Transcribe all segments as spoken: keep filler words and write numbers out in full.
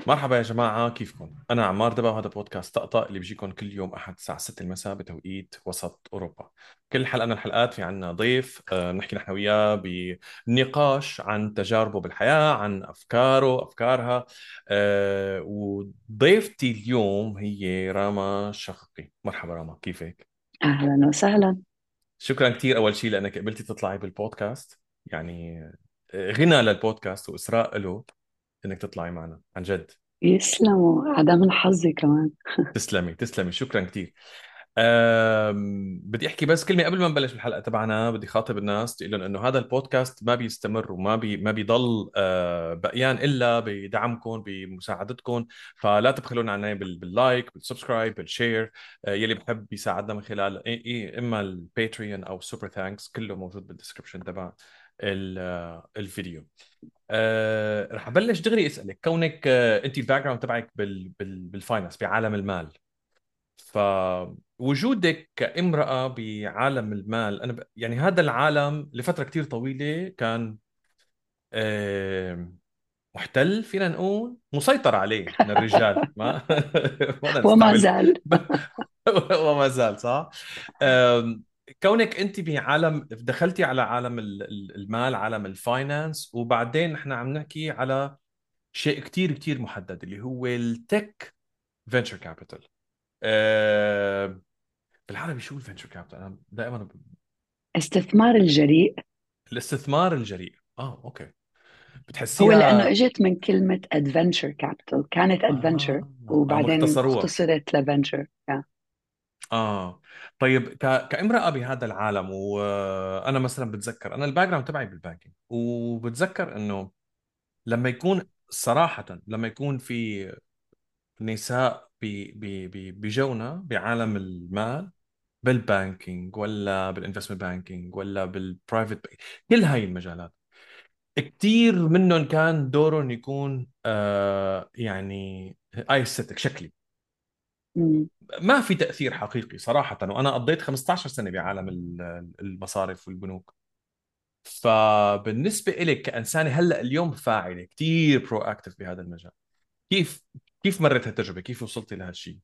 مرحبا يا جماعة، كيفكم؟ أنا عمار دبا، وهذا بودكاست طقطق اللي بيجيكم كل يوم أحد الساعة ستة المساء بتوقيت وسط أوروبا. كل حلقة من الحلقات في عنا ضيف، آه، بنحكي نحن وياه بنقاش عن تجاربه بالحياة، عن أفكاره أفكارها. آه، وضيفتي اليوم هي راما شققي. مرحبا راما، كيفك؟ أهلا وسهلا. شكرا كثير أول شيء لأنك قبلتي تطلعي بالبودكاست. يعني آه، غنى للبودكاست وإسراء له إنك تطلعي معنا عن جد. يسلموا، عدم الحظ كمان. تسلمي تسلمي، شكرا كثير. أم بدي احكي بس كلمه قبل ما نبلش الحلقه تبعنا. بدي خاطب الناس تقول لهم انه هذا البودكاست ما بيستمر وما بي ما بيضل أه بقيان الا بدعمكم بمساعدتكم. فلا تبخلونا علينا بال- باللايك بالسبسكرايب بالشير. أه يلي بحب يساعدنا من خلال إيه إيه اما الباتريون او السوبر ثانكس، كله موجود بالدسكربشن تبع ال- آه، الفيديو. أه رح ابلش دغري اسالك، كونك أه انت الباك جراوند تبعك بال بال بالفاينانس بعالم المال. فوجودك كامرأة بعالم المال، أنا ب... يعني هذا العالم لفترة كتير طويلة كان آه، محتل، فينا نقول مسيطر عليه من الرجال. ما ما وما نستعمل زال. وما زال صح. آم، كونك أنت بعالم، دخلتي على عالم ال- ال- المال، عالم الفاينانس، وبعدين نحن عم نحكي على شيء كتير كتير محدد اللي هو التك فينتشر كابيتال. بالعربي شو الفينشر كابيتال؟ انا دائما ب... استثمار الجريء. الاستثمار الجريء. اه اوكي. هو لأنه بتحسيها. إجت من كلمة adventure capital، كانت adventure اه اه وبعدين مختصروها. اختصرت لventure. اه طيب، ك... كامرأة بهذا العالم، وانا مثلا بتذكر انا الباك جراوند تبعي بالبانكينج، وبتذكر انه لما يكون، صراحة لما يكون في نساء ب... ب... ب... بجونا بعالم المال، بالبانكينج ولا بالانفستمنت بانكينج ولا بالبرايفت، كل هاي المجالات، كثير منهم كان دورهم يكون آه يعني ايستيك شكلي. مم. ما في تأثير حقيقي صراحة. وأنا قضيت خمسة عشر سنة بعالم ال- المصارف والبنوك. فبالنسبة إلك كإنسانة هلأ اليوم فاعلة كثير برو أكتف بهذا المجال، كيف كيف مرت هالتجربة؟ كيف وصلتي لهالشيء؟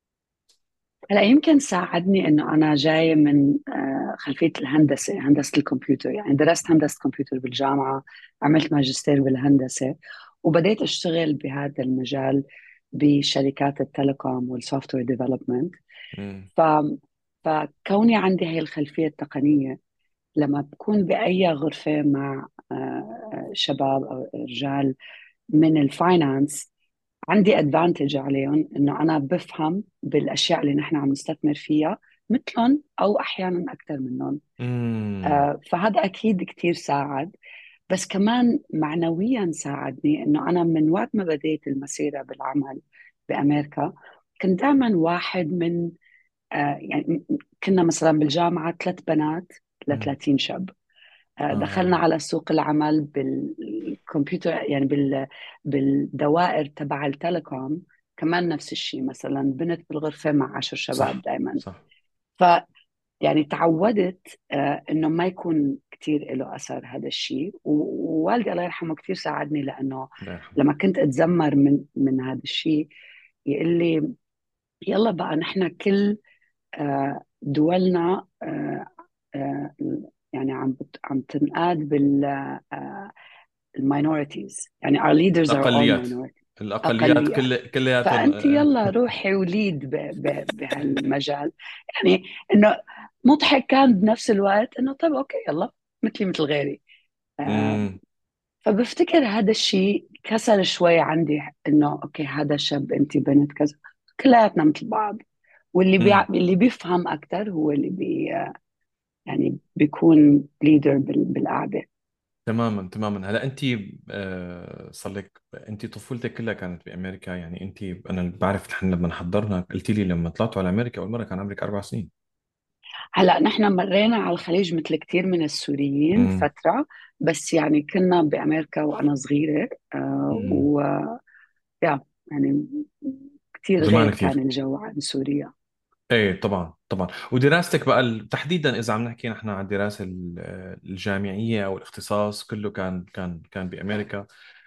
هلا يمكن ساعدني إنه أنا جاية من آه، خلفية الهندسة، هندسة الكمبيوتر، يعني درست هندسة كمبيوتر بالجامعة، عملت ماجستير بالهندسة، وبديت أشتغل بهذا المجال بشركات التليكوم والسوفت وير ديفلوبمنت. امم. ف فكوني عندي هي الخلفية التقنية، لما بكون بأي غرفة مع آه، شباب أو رجال من الفاينانس، عندي ادفانتج عليهم انه انا بفهم بالاشياء اللي نحن عم نستثمر فيها مثلهم او احيانا اكثر منهم. امم. آه، فهذا اكيد كثير ساعد. بس كمان معنويا ساعدني انه انا من وقت ما بديت المسيره بالعمل بامريكا كنت دائما واحد من آه، يعني كنا مثلا بالجامعه ثلاث بنات ل أمم. ثلاثين شاب. آه، دخلنا اه. على سوق العمل بالكمبيوتر، يعني بال بالدوائر تبع التليكوم، كمان نفس الشيء، مثلا بنت بالغرفة مع عشر شباب صح دائما. صح. ف يعني تعودت آه، انه ما يكون كثير له اثر هذا الشيء، و- ووالدي الله يرحمه كثير ساعدني، لانه الله يرحمه. لما كنت اتذمر من من هذا الشيء يقول لي يلا بقى نحن كل آه، دولنا آه، آه، يعني عم بت- عم تنقاد بال الماينورتيز، يعني our leaders are all الأقليات. minorities. الأقليات أقليات. كل كلياتهم. فأنت يلا روحي وليد ب... ب... بهالمجال. يعني إنه مضحك كان بنفس الوقت، إنه طب أوكي يلا مثلي مثل غيري. آه امم. فبفتكر هذا الشيء كسر شوي عندي، إنه أوكي هذا شاب أنت بنت كذا، كلياتنا مثل بعض. واللي بي... امم. اللي بيفهم أكثر هو اللي بي... يعني بيكون ليدر بال... بالقعدة. تماما تماما. هلا انت آه، صار لك، انت طفولتك كلها كانت بامريكا. يعني انت، انا بعرف نحن لما حضرنا قلت لي لما طلعتوا على امريكا اول مره كان عمرك اربع سنين. هلا نحن مرينا على الخليج مثل كثير من السوريين امم. فترة، بس يعني كنا بأمريكا وأنا صغيرة. آه امم. و يا يعني كثير زمان غير كان كثير. الجو عن سوريا. ايه طبعا طبعا. ودراستك بقى ال- تحديدا اذا عم نحكي نحن عن الدراسه ال- الجامعيه او الاختصاص، كله كان كان كان بامريكا.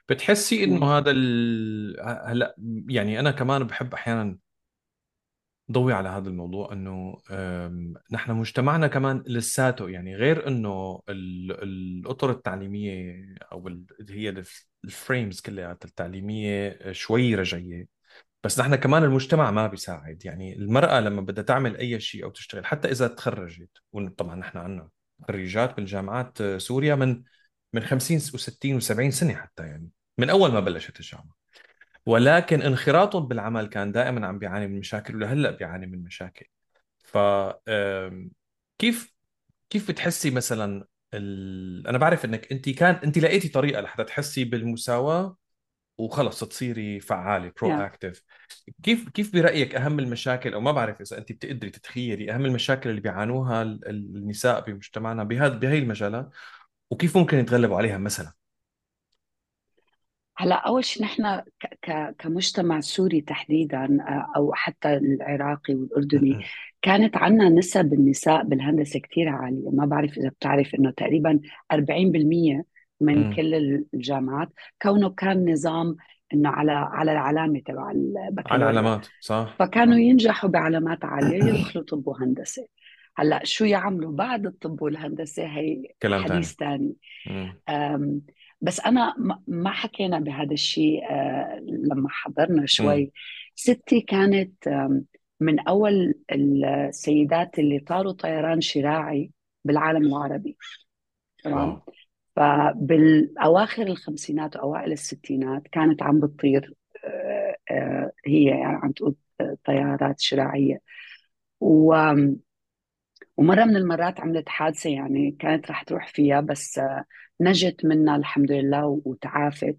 بتحسي انه مم. هذا ال... هلا يعني انا كمان بحب احيانا ضوي على هذا الموضوع انه أم، نحن مجتمعنا كمان لساته، يعني غير انه ال- الاطر التعليميه او ال- هي الف- الفريمز كلها التعليميه شوي رجعيه. بس نحن كمان المجتمع ما بيساعد، يعني المرأة لما بدها تعمل أي شيء أو تشتغل حتى إذا تخرجت، وطبعا نحن عندنا خريجات بالجامعات سوريا من من خمسين و60 و70 سنة حتى، يعني من أول ما بلشت الجامعة، ولكن انخراطهم بالعمل كان دائما عم بيعاني من مشاكل، ولهلا بيعاني من مشاكل. ف آم، كيف كيف بتحسي مثلا ال... انا بعرف انك انت كان انت لقيتي طريقه لحتى تحسي بالمساواه وخلص تصيري فعاله برو yeah. اكتيف. كيف كيف برايك اهم المشاكل، او ما بعرف اذا انت بتقدري تتخيلي اهم المشاكل اللي بيعانوها ال- ال- النساء بمجتمعنا بهذا بهي المجالات، وكيف ممكن يتغلبوا عليها مثلا؟ هلا اول شيء نحن ك- ك- كمجتمع سوري تحديدا، آه، او حتى العراقي والاردني، كانت عندنا نسب النساء بالهندسه كثير عاليه. ما بعرف اذا بتعرف انه تقريبا أربعين بالمئة من امم. كل الجامعات، كونه كان نظام انه على على العلامه تبع على البكالوريا، العلامات، صح فكانوا صح. ينجحوا بعلامات عاليه يدخلوا طب وهندسه. هلا شو يعملوا بعد الطب والهندسه هي كلام حديث تاني. ثاني. امم. أم، بس أنا ما ما حكينا بهذا الشيء أه، لما حضرنا امم. شوي. ستي كانت أم، من أول السيدات اللي طاروا طيران شراعي بالعالم العربي. واو. تمام. فبالأواخر الخمسينات وأوائل الستينات كانت عم بتطير، أه، أه، هي يعني عم تقود طيارات شراعية. و- ومرة من المرات عملت حادثة، يعني كانت رح تروح فيها، بس آه، نجت منها الحمد لله وتعافت.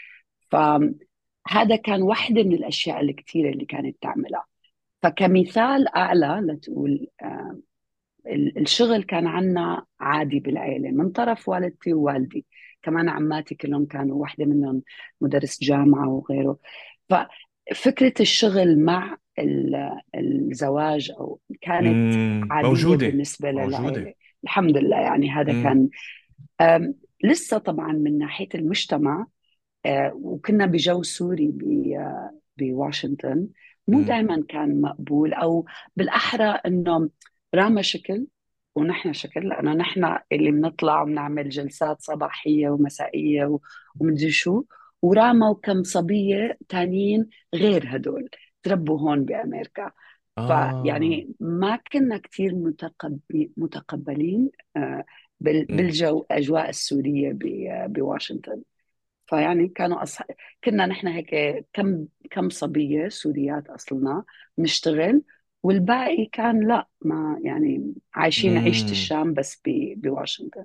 فهذا كان واحدة من الأشياء الكثيرة اللي كانت تعملها. فكمثال أعلى لتقول، آه، ال- الشغل كان عنا عادي بالعيلة من طرف والدتي ووالدي. كمان عماتي كلهم كانوا، واحدة منهم مدرس جامعة وغيره. ففكرة الشغل مع ال- الزواج أو كانت امم. عادية موجوده بالنسبة موجوده. للعيلة. الحمد لله، يعني هذا امم. كان. أم، لسه طبعا من ناحية المجتمع، آه، وكنا بجو سوري ب- آه، بواشنطن، مو امم. دائما كان مقبول، او بالاحرى انه راما شكل ونحن شكل، لانه نحن اللي بنطلع وبنعمل جلسات صباحيه ومسائيه و- ومدري شو، وراما وكم صبيه تانيين غير هدول تربوا هون بامريكا. اه. فيعني ما كنا كثير متقبل متقبلين آه، بال- امم. بالجو اجواء السوريه ب- بواشنطن. فيعني كانوا أصح... كنا نحن هيك كم كم صبية سوريات أصلنا نشتغل، والباقي كان لا، ما يعني عايشين عيشة امم. الشام بس ب... بواشنطن.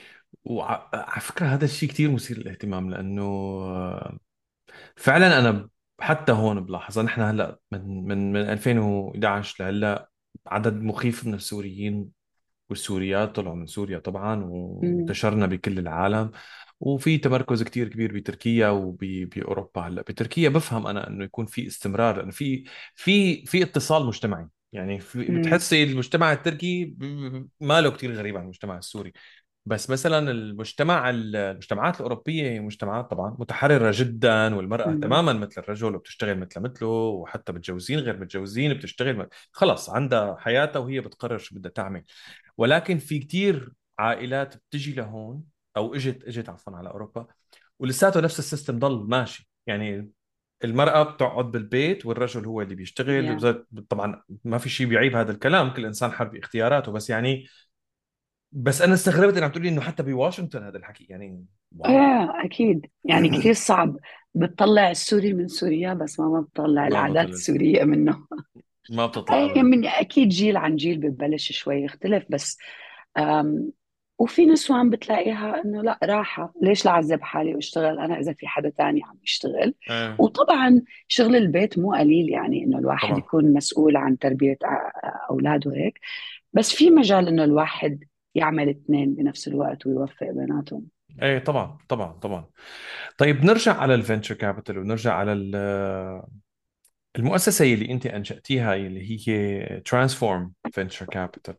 وعلى فكره هذا الشيء كثير مثير للاهتمام، لانه آه، فعلا انا حتى هون بلاحظ، نحن هلا من من من ألفين وأحد عشر لهلا عدد مخيف من السوريين والسوريات طلعوا من سوريا طبعا، مم. وانتشرنا بكل العالم. وفي تمركز كتير كبير بتركيا وبأوروبا. هلا بتركيا بفهم أنا إنه يكون في استمرار، لأنه في في في اتصال مجتمعي، يعني في مم. بتحسي المجتمع التركي ب- ب- ما له كتير غريب عن المجتمع السوري. بس مثلا المجتمع المجتمعات الأوروبية هي مجتمعات طبعا متحررة جدا، والمرأة مم. تماما مثل الرجل وبتشتغل مثل مثله، وحتى متجوزين غير متجوزين بتشتغل، خلص عندها حياتها وهي بتقرر شو بدها تعمل. ولكن في كتير عائلات بتجي لهون، او اجت اجت عفوا على اوروبا، ولساته نفس السيستم ضل ماشي، يعني المرأة بتقعد بالبيت والرجل هو اللي بيشتغل. yeah. وزاد- طبعا ما في شيء بيعيب هذا الكلام، كل انسان حر باختياراته، بس يعني بس انا استغربت انك تقولي انه حتى بواشنطن هذا الحكي، يعني واو. آه أكيد، يعني كثير صعب. بتطلع السوري من سوريا بس ما ما بتطلع ما العادات بطلع، السورية منه. ما بتطلع ايه ابدا. من اكيد جيل عن جيل ببلش شوي يختلف، بس أم وفي نسوان بتلاقيها انه لا، راحة ليش لأعذب حالي واشتغل انا اذا في حدا تاني عم يشتغل. ايه وطبعا شغل البيت مو قليل، يعني انه الواحد طبعا. يكون مسؤول عن تربية ع- اولاده هيك. بس في مجال انه الواحد يعمل اثنين بنفس الوقت ويوفق بيناتهم. ايه طبعا طبعا طبعا. طيب نرجع على الفينتشر كابيتال، ونرجع على ال- المؤسسة اللي انت انشأتيها اللي هي ترانسفورم فينتشر كابيتال.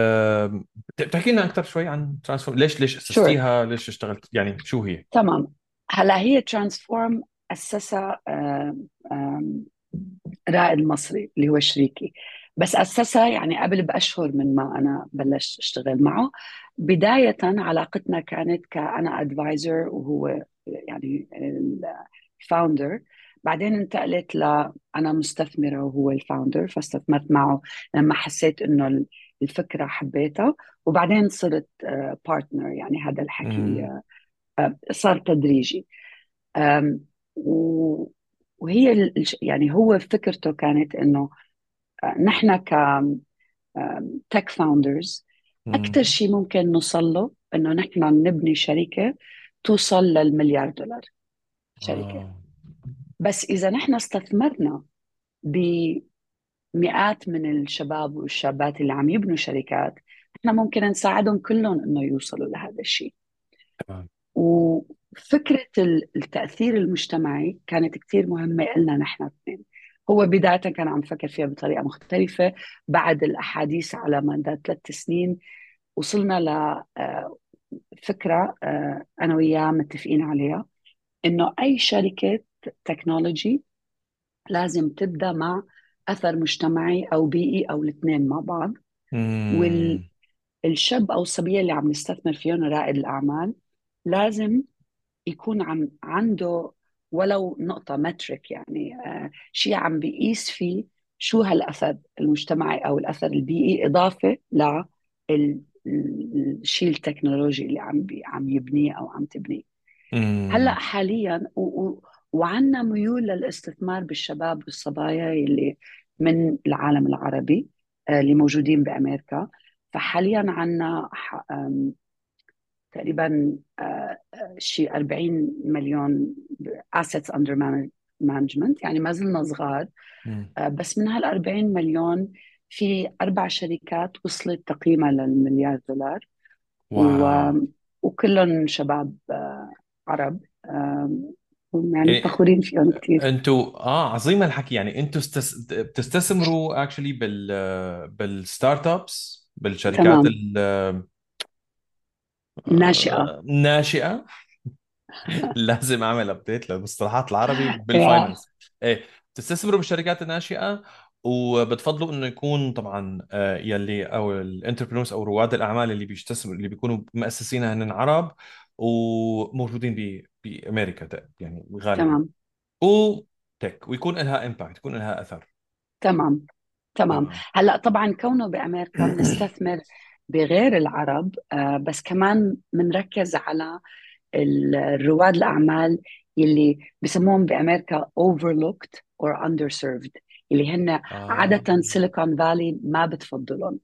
أه بتحكي لنا اكثر شوي عن ترانسفورم؟ ليش ليش شور. اسستيها؟ ليش اشتغلت؟ يعني شو هي؟ تمام. هلا هي ترانسفورم أسسها آم، آم، رائد مصري اللي هو شريكي. بس أسسها يعني قبل بأشهر من ما أنا بلشت أشتغل معه. بداية علاقتنا كانت كأنا أدفايزر وهو يعني الفاوندر. بعدين انتقلت ل أنا مستثمرة وهو الفاوندر، فاستثمرت معه لما حسيت إنه الفكرة حبيتها. وبعدين صرت بارتنر، يعني هذا الحكي امم آه، صار تدريجي. أم، و- وهي ال- الش- يعني هو فكرته كانت انه آه، نحن ك تك فاوندرز اكثر امم شيء ممكن نوصل له انه نحن نبني شركه توصل للمليار دولار شركه. اه بس اذا نحن استثمرنا بمئات من الشباب والشابات اللي عم يبنوا شركات، احنا ممكن نساعدهم كلهم انه يوصلوا لهذا الشيء. تمام. وفكرة ال- التأثير المجتمعي كانت كتير مهمة لنا نحن الاثنين. هو بداية كان عم فكر فيها بطريقة مختلفة. بعد الأحاديث على مدى ثلاث سنين وصلنا لفكرة أنا وياه متفقين عليها، إنه أي شركة تكنولوجي لازم تبدأ مع أثر مجتمعي أو بيئي أو الاثنين مع بعض. امم والشاب أو الصبية اللي عم نستثمر فيهم رائد الأعمال لازم يكون عم عنده ولو نقطة مترك، يعني آه شيء عم بيقيس فيه شو هالأثر المجتمعي أو الأثر البيئي، إضافة للشيء التكنولوجي اللي عم بي عم يبنيه أو عم تبنيه. هلأ امم حاليا و و وعنا ميول للاستثمار بالشباب والصبايا اللي من العالم العربي آه اللي موجودين بأمريكا. فحاليا عنا تقريبا آه، آه، شيء أربعين مليون assets under management، يعني ما زلنا صغار. آه، بس من هال أربعين مليون في أربع شركات وصلت تقييمها للمليار دولار. و... واو. وكلهم شباب آه، عرب. آم، يعني يعني فخورين فيهم كثير. انتوا اه عظيم الحكي، يعني انتوا استس... بتستثمروا اكشلي بال بالستارت ابس، بالشركات تمام. ال- ناشئة. آه، الناشئه. لازم اعمل ابديت للمصطلحات العربي يا بالفاينانس. ايه، بتستثمروا بالشركات الناشئه، وبتفضلوا انه يكون طبعا آه، يلي او الانتربرونز او رواد الاعمال اللي بيستثمروا اللي بيكونوا مؤسسينها هن عرب وموجودين ب... بامريكا تق- يعني غالبا، تمام. وتك، ويكون لها امباكت، يكون لها اثر. تمام. تمام. واو. هلا طبعا كونه بامريكا بنستثمر بغير العرب، آه، بس كمان بنركز على ال- رواد الاعمال اللي بسموهم بامريكا overlooked or underserved، اللي هن اه. عاده سيليكون فالي ما بتفضلهم.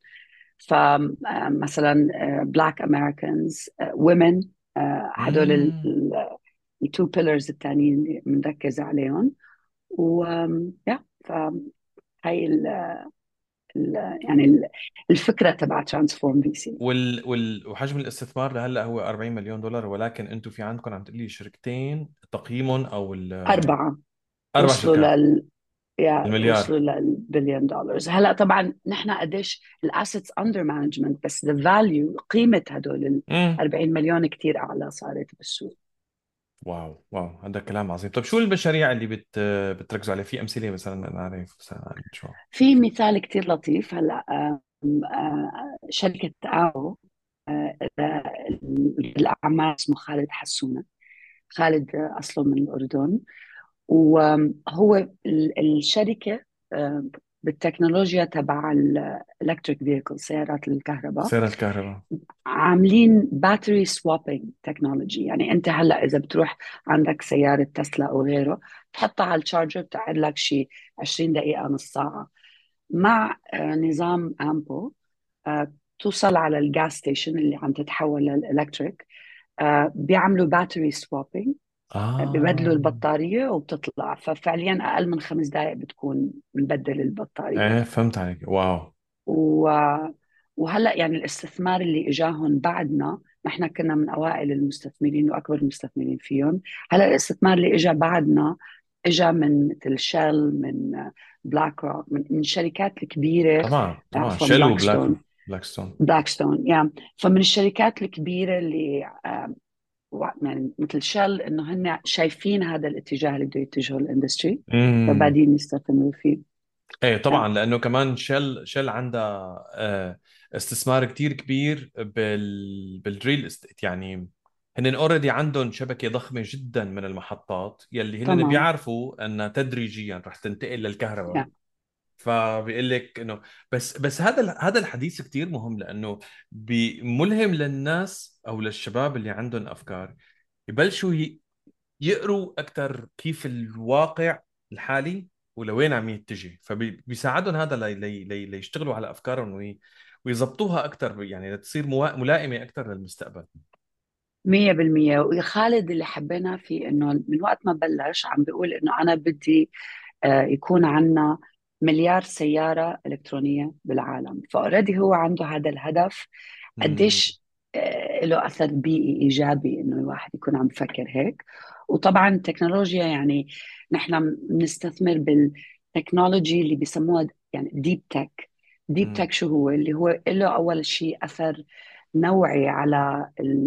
فمثلا بلاك امريكانز، وومن، هدول امم التو بيلرز الثانيين اللي بنركز عليهم. و يا فهي ال- يعني ال- الفكره تبع ترانسفورم في سي. وال... وال... وحجم الاستثمار لهلا هو أربعين مليون دولار، ولكن انتم في عندكم عم تقولي شركتين تقييمهم او ال... اربعه اربع وصلوا شركات لل يا المليار. وصلوا للبليون دولارز. هلا طبعا نحن قديش الاسيتس اندر مانجمنت، بس ذا فاليو قيمه هدول ال امم أربعين مليون كثير اعلى صارت بالسوق. واو واو، هذا كلام عظيم. طيب شو المشاريع اللي بت... بتركزوا عليها؟ في امثله مثلا نعرف مثلا عن شو؟ في مثال كثير لطيف هلا. آم، آه، شركه آو آه، الاعمال اسمه خالد حسونه. خالد آه، اصله من الاردن. وهو ال- الشركة آه، بالتكنولوجيا تبع الالكتريك فييكل، سيارات الكهرباء. سيارة الكهرباء. عاملين باتري سوابينج تكنولوجي. يعني انت هلا اذا بتروح عندك سيارة تسلا او غيره، تحطها على الشارجر بتقعد لك شيء عشرين دقيقة نص ساعة. مع آه، نظام امبو آه، توصل على الجاس ستيشن اللي عم تتحول للالكتريك. آه، بيعملوا باتري سوابينج، ببدلوا اه. البطارية وبتطلع. ففعليا أقل من خمس دقائق بتكون مبدل البطارية. ايه فهمت عليك، واو. و... وهلأ يعني الاستثمار اللي إجاهم بعدنا، نحن كنا من أوائل المستثمرين وأكبر المستثمرين فيهم. هلأ الاستثمار اللي إجا بعدنا إجا من مثل شell، من بلاك روك، من, من الشركات الكبيرة. طبعا طبعا، عفوا شيل بلاك وبلاك ستون. بلاك ستون. بلاك ستون يا فمن الشركات الكبيرة اللي يعني مثل شل انه هن شايفين هذا الاتجاه اللي بده يتجهه الاندستري، امم فبعدين يستثمروا فيه. ايه آه، طبعا، لانه كمان شل شل عندها آه، استثمار كتير كبير بال بالريل استيت يعني. هن اوريدي عندهم شبكه ضخمه جدا من المحطات يلي هن تمام. بيعرفوا انها تدريجيا رح تنتقل للكهرباء. يعني فبيقول لك انه بس بس هذا هذا الحديث كتير مهم، لانه بي- ملهم للناس او للشباب اللي عندهم افكار يبلشوا ي- يقروا اكثر كيف الواقع الحالي ولوين عم يتجه، فبيساعدهم هذا لي لي لي ليشتغلوا على افكارهم وي- ويظبطوها اكثر، يعني لتصير موا- ملائمه اكثر للمستقبل. مية بالمية. ويا خالد، اللي حبينا فيه إنه من وقت ما بلش عم بيقول إنه أنا بدي آه، يكون عنا مليار سيارة إلكترونية بالعالم، فأوريدي هو عنده هذا الهدف. مم. قديش آه، له أثر بيئي إيجابي إنه الواحد يكون عم بفكر هيك. وطبعا التكنولوجيا يعني نحن بنستثمر بالتكنولوجي اللي بيسموها يعني ديب تك. ديب مم. تك شو هو؟ اللي هو له أول شيء أثر نوعي على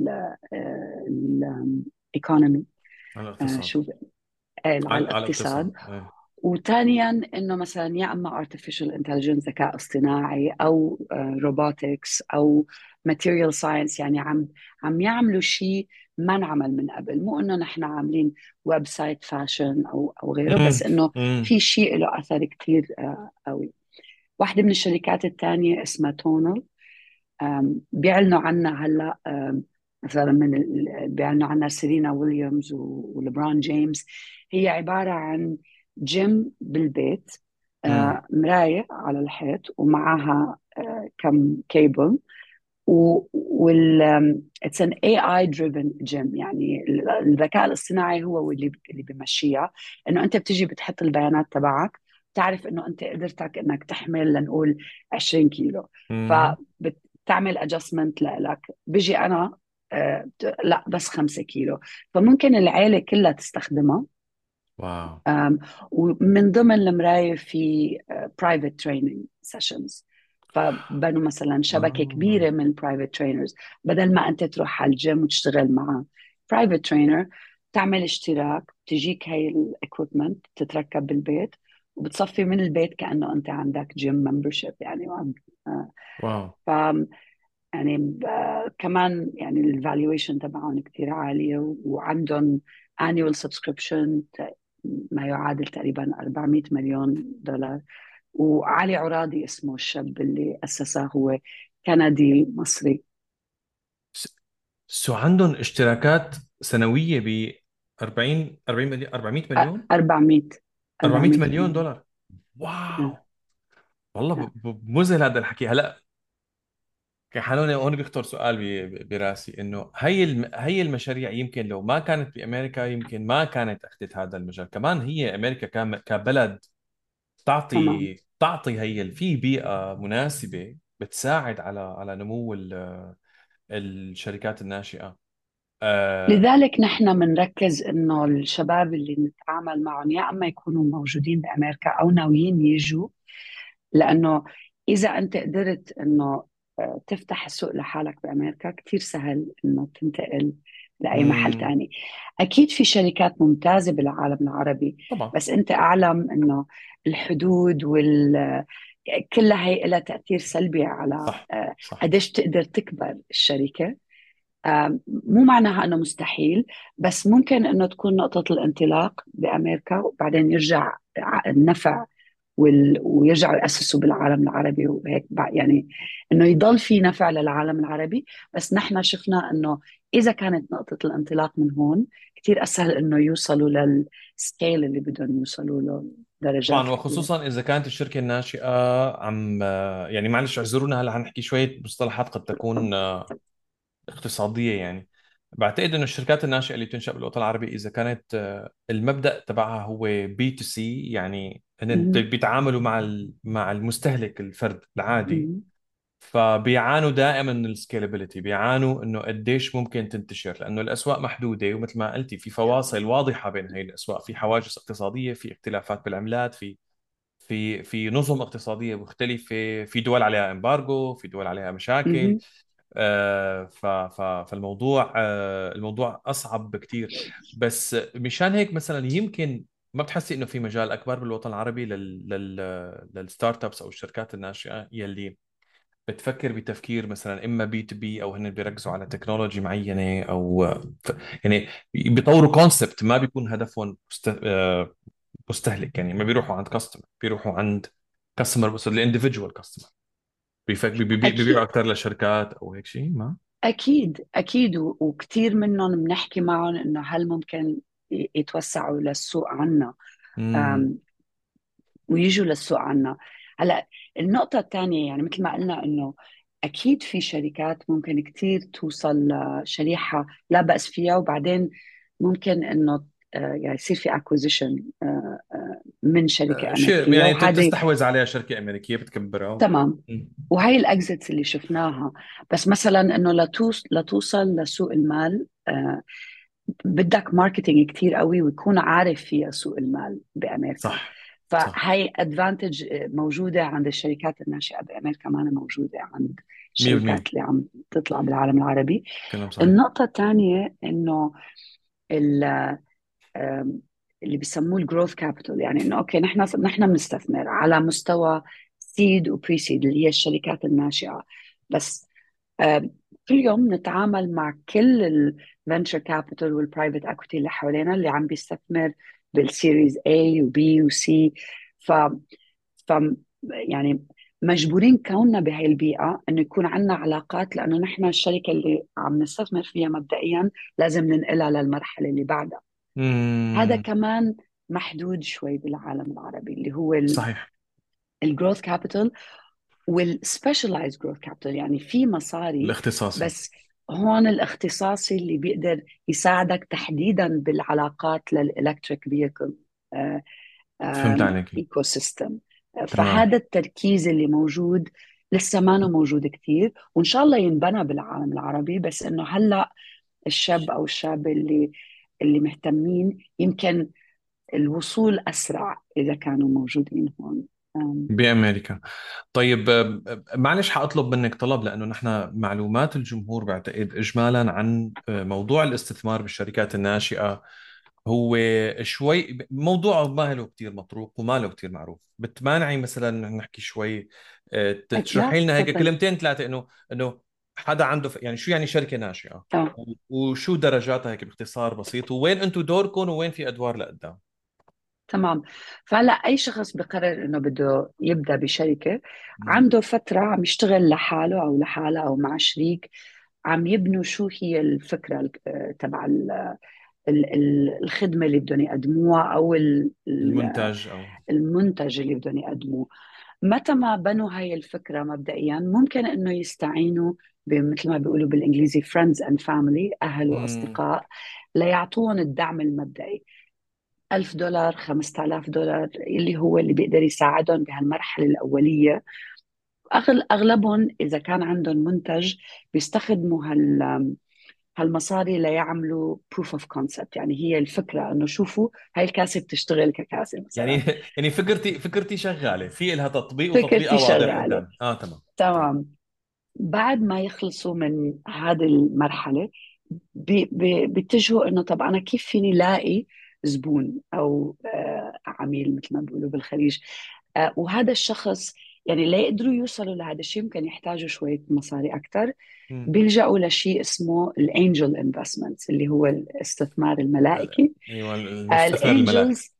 الايكونومي، على الاقتصاد. شو قال على على على الاقتصاد. الاقتصاد ايه. وثانيا انه مثلا يا اما artificial intelligence ذكاء اصطناعي، او روبوتكس، او material science. يعني عم عم يعملوا شيء ما انعمل من قبل. مو انه نحن عاملين ويب سايت فاشن او او غيره، مم. بس انه مم. في شيء له اثر كثير قوي. واحدة من الشركات الثانية اسمها تونل. أم، بيعلنوا عنها هلا. أم، مثلا من ال- بيعلنوا عنها سيرينا ويليامز و- ولبران جيمس. هي عبارة عن جيم بالبيت، مم. أه، مراية على الحيط ومعها أه، كم كيبل. و وال اتس ان اي اي دريفن جيم. يعني ال- الذكاء الاصطناعي هو اللي اللي بيمشيها. انه انت بتيجي بتحط البيانات تبعك، تعرف انه انت قدرتك انك تحمل لنقول عشرين كيلو، مم. فبتعمل ادجستمنت لك. بيجي انا آه، بت- لا بس خمسة كيلو. فممكن العيلة كلها تستخدمها. واو. أم، ومن ضمن المراية في برايفت تريننج سيشنز. فبنوا مثلا شبكة اه. كبيرة من برايفت ترينرز. بدل ما أنت تروح على الجيم وتشتغل مع برايفت ترينر، تعمل اشتراك، تجيك هاي الاكويبمنت تتركب بالبيت، وبتصفي من البيت كأنه أنت عندك جيم ممبرشيب يعني. وعم- آه، واو. ف يعني ب- كمان يعني الفالويشن تبعهم كتير عالية، و- وعندهم annual subscription ت- ما يعادل تقريبا أربعمية مليون دولار. وعلي عراضي اسمه الشاب اللي أسسه، هو كندي مصري. س- سو عندهم اشتراكات سنويه ب أربعين أربعين مليون أربعمية أ- مليون أربعمية أربعمية أربعمية مليون مليون. دولار آه، واو. والله آه، ب- ب- مذهل هذا الحكي. هلا كان حالوني هون بيخطر سؤال ب- ب- براسي، انه هي الم... هي المشاريع يمكن لو ما كانت بامريكا يمكن ما كانت اخذت هذا المجال. كمان هي امريكا كام... كبلد تمام. تعطي تعطي هي ال- في بيئه مناسبه بتساعد على على نمو ال... الشركات الناشئه. آه... لذلك نحن بنركز انه الشباب اللي نتعامل معهم يا اما يكونوا موجودين بامريكا او ناويين يجوا. لأنه إذا أنت قدرت إنه آه، تفتح السوق لحالك بأمريكا، كتير سهل إنه تنتقل لأي محل مم... تاني. أكيد في شركات ممتازة بالعالم العربي، طبعا. بس أنت أعلم إنه الحدود وال كلها هي لها تأثير سلبي على صح. آه، صح. قديش تقدر تكبر الشركة. آه، مو معناها انه مستحيل، بس ممكن انه تكون نقطة الانطلاق بامريكا، وبعدين يرجع ع- النفع وال... ويرجعوا يأسسوا بالعالم العربي وهيك بع- يعني انه يضل في نفع للعالم العربي. بس نحن شفنا انه اذا كانت نقطة الانطلاق من هون، كثير اسهل انه يوصلوا للسكيل اللي بدهم يوصلوا له، درجات طبعا، كثيرة. وخصوصا اذا كانت الشركه الناشئه عم آه، يعني معلش اعذرونا، هلا حنحكي شويه مصطلحات قد تكون اقتصادية يعني. بعتقد انه الشركات الناشئة اللي بتنشأ بالوطن العربي اذا كانت آه، المبدأ تبعها هو بي تو سي، يعني هن بت- مهم. بيتعاملوا مع ال- مع المستهلك الفرد العادي، مهم. فبيعانوا دائما من السكيلابيليتي، بيعانوا انه قديش ممكن تنتشر، لانه الاسواق محدودة، ومثل ما قلتي في فواصل واضحة بين هي الاسواق، في حواجز اقتصادية، في اختلافات بالعملات، في في في نظم اقتصادية مختلفة، في دول عليها امبارجو، في دول عليها مشاكل. مهم. آه، ف- ف- فالموضوع آه، الموضوع أصعب بكتير. بس مشان هيك مثلا يمكن ما بتحسي إنه في مجال أكبر بالوطن العربي لل لل للستارت ابس أو الشركات الناشئة يلي بتفكر بتفكير مثلا إما بي تو بي أو هن بيركزوا على تكنولوجي معينة أو ف- يعني بيطوروا كونسبت ما بيكون هدفهم مست- آه، مستهلك، يعني ما بيروحوا عند كاستمر، بيروحوا عند كاستمر بس الاندفجوال كاستمر، بيبيعوا اكيد اكثر لشركات او هيك شيء ما. اكيد اكيد و- وكثير منهم بنحكي معهم انه هل ممكن ي- يتوسعوا للسوق عنا، امم. ويجوا للسوق عنا. هلا النقطة الثانية، يعني مثل ما قلنا انه اكيد في شركات ممكن كتير توصل لشريحة لا بأس فيها، وبعدين ممكن انه آه، يعني يصير في اكوزيشن من شركة شيء أمريكية، يعني ت- وهذه تستحوذ عليها شركه امريكيه بتكبرها. تمام. مم. وهي الاكزيتس اللي شفناها. بس مثلا انه لتوص لتوصل لسوق المال، آه، بدك ماركتينج كتير قوي ويكون عارف فيها سوق المال بأمريكا. صح. صح. فهي ادفانتج موجودة عند الشركات الناشئة بأمريكا، ما أنا موجودة عند مية بالمية. الشركات اللي عم تطلع بالعالم العربي. كلام صحيح. النقطة الثانية إنه ال- آم، اللي بيسموه الجروث كابيتال، يعني إنه أوكي نحن نحن بنستثمر على مستوى سيد وبري سيد اللي هي الشركات الناشئة. بس آم، كل يوم نتعامل مع كل الفنتشر كابيتال والبرايفت اكويتي اللي حوالينا اللي عم بيستثمر بالسيريز A وبي وسي. ف ف يعني مجبورين كوننا بهاي البيئة انه يكون عندنا علاقات، لانه نحن الشركة اللي عم نستثمر فيها مبدئيا لازم ننقلها للمرحلة اللي بعدها. هذا امم. كمان محدود شوي بالعالم العربي، اللي هو صحيح. الجروث كابيتال والسبيشاليزد جروث كابيتال، يعني في مصاري الاختصاصي. بس. هون الاختصاصي اللي بيقدر يساعدك تحديدا بالعلاقات للإلكتريك فييكل فهمت عليك. ايكو سيستم. تمام. فهذا التركيز اللي موجود لسه ما أنا موجود كتير، وإن شاء الله ينبنى بالعالم العربي. بس إنه هلأ الشاب أو الشابة اللي اللي مهتمين يمكن الوصول أسرع إذا كانوا موجودين هون. أم، بامريكا. طيب آه، آه، معلش حأطلب منك طلب، لأنه نحن معلومات الجمهور بعتقد إجمالا عن آه، موضوع الاستثمار بالشركات الناشئة هو شوي موضوع ما له كتير مطروق وما له كتير معروف. بتمانعي مثلا نحكي شوي آه، أك- لا تشرحي لنا هيك تفضل. كلمتين ثلاثة، إنه إنه حدا عنده ف... يعني شو يعني شركة ناشئة، تمام و- وشو درجاتها هيك باختصار بسيط، ووين أنتم دوركم وين في أدوار لقدام. تمام. فهلا اي شخص بقرر انه بده يبدا بشركه، عنده فتره عم يشتغل لحاله او لحالها او مع شريك، عم يبنوا شو هي الفكره ال- آه، تبع ال- ال- ال- الخدمه اللي بدهم يقدموها، او ال- ال- المنتج أو. المنتج اللي بدهم يقدموه. متى ما بنوا هاي الفكره مبدئيا، ممكن انه يستعينوا مثل ما بيقولوا بالانجليزي friends and family، اهل مم. واصدقاء، ليعطوهم الدعم المبدئي. ألف دولار، خمسة آلاف دولار، اللي هو اللي بيقدر يساعدهم بهالمرحلة الأولية. أغل أغلبهم إذا كان عندهم منتج بيستخدموا هال هالمصاري ليعملوا proof of concept، يعني هي الفكرة إنه شوفوا هاي الكاسة بتشتغل ككاسة يعني مثلا. يعني فكرتي فكرتي شغالة في إلها تطبيق وتطبيقها فكرتي واضح شغالة. قدام. آه تمام. تمام. بعد ما يخلصوا من هذه المرحلة، بي- بي- بيتجهوا انه طب انا كيف فيني لاقي زبون او آه، عميل مثل ما بيقولوا بالخليج. آه، وهذا الشخص يعني لا يقدروا يوصلوا لهذا الشيء، ممكن يحتاجوا شوية مصاري أكثر. مم. بيلجأوا لشيء اسمه الانجل انفستمنتس، اللي هو الاستثمار الملائكي. ايوه آه، المستثمر الملاك. الانجلز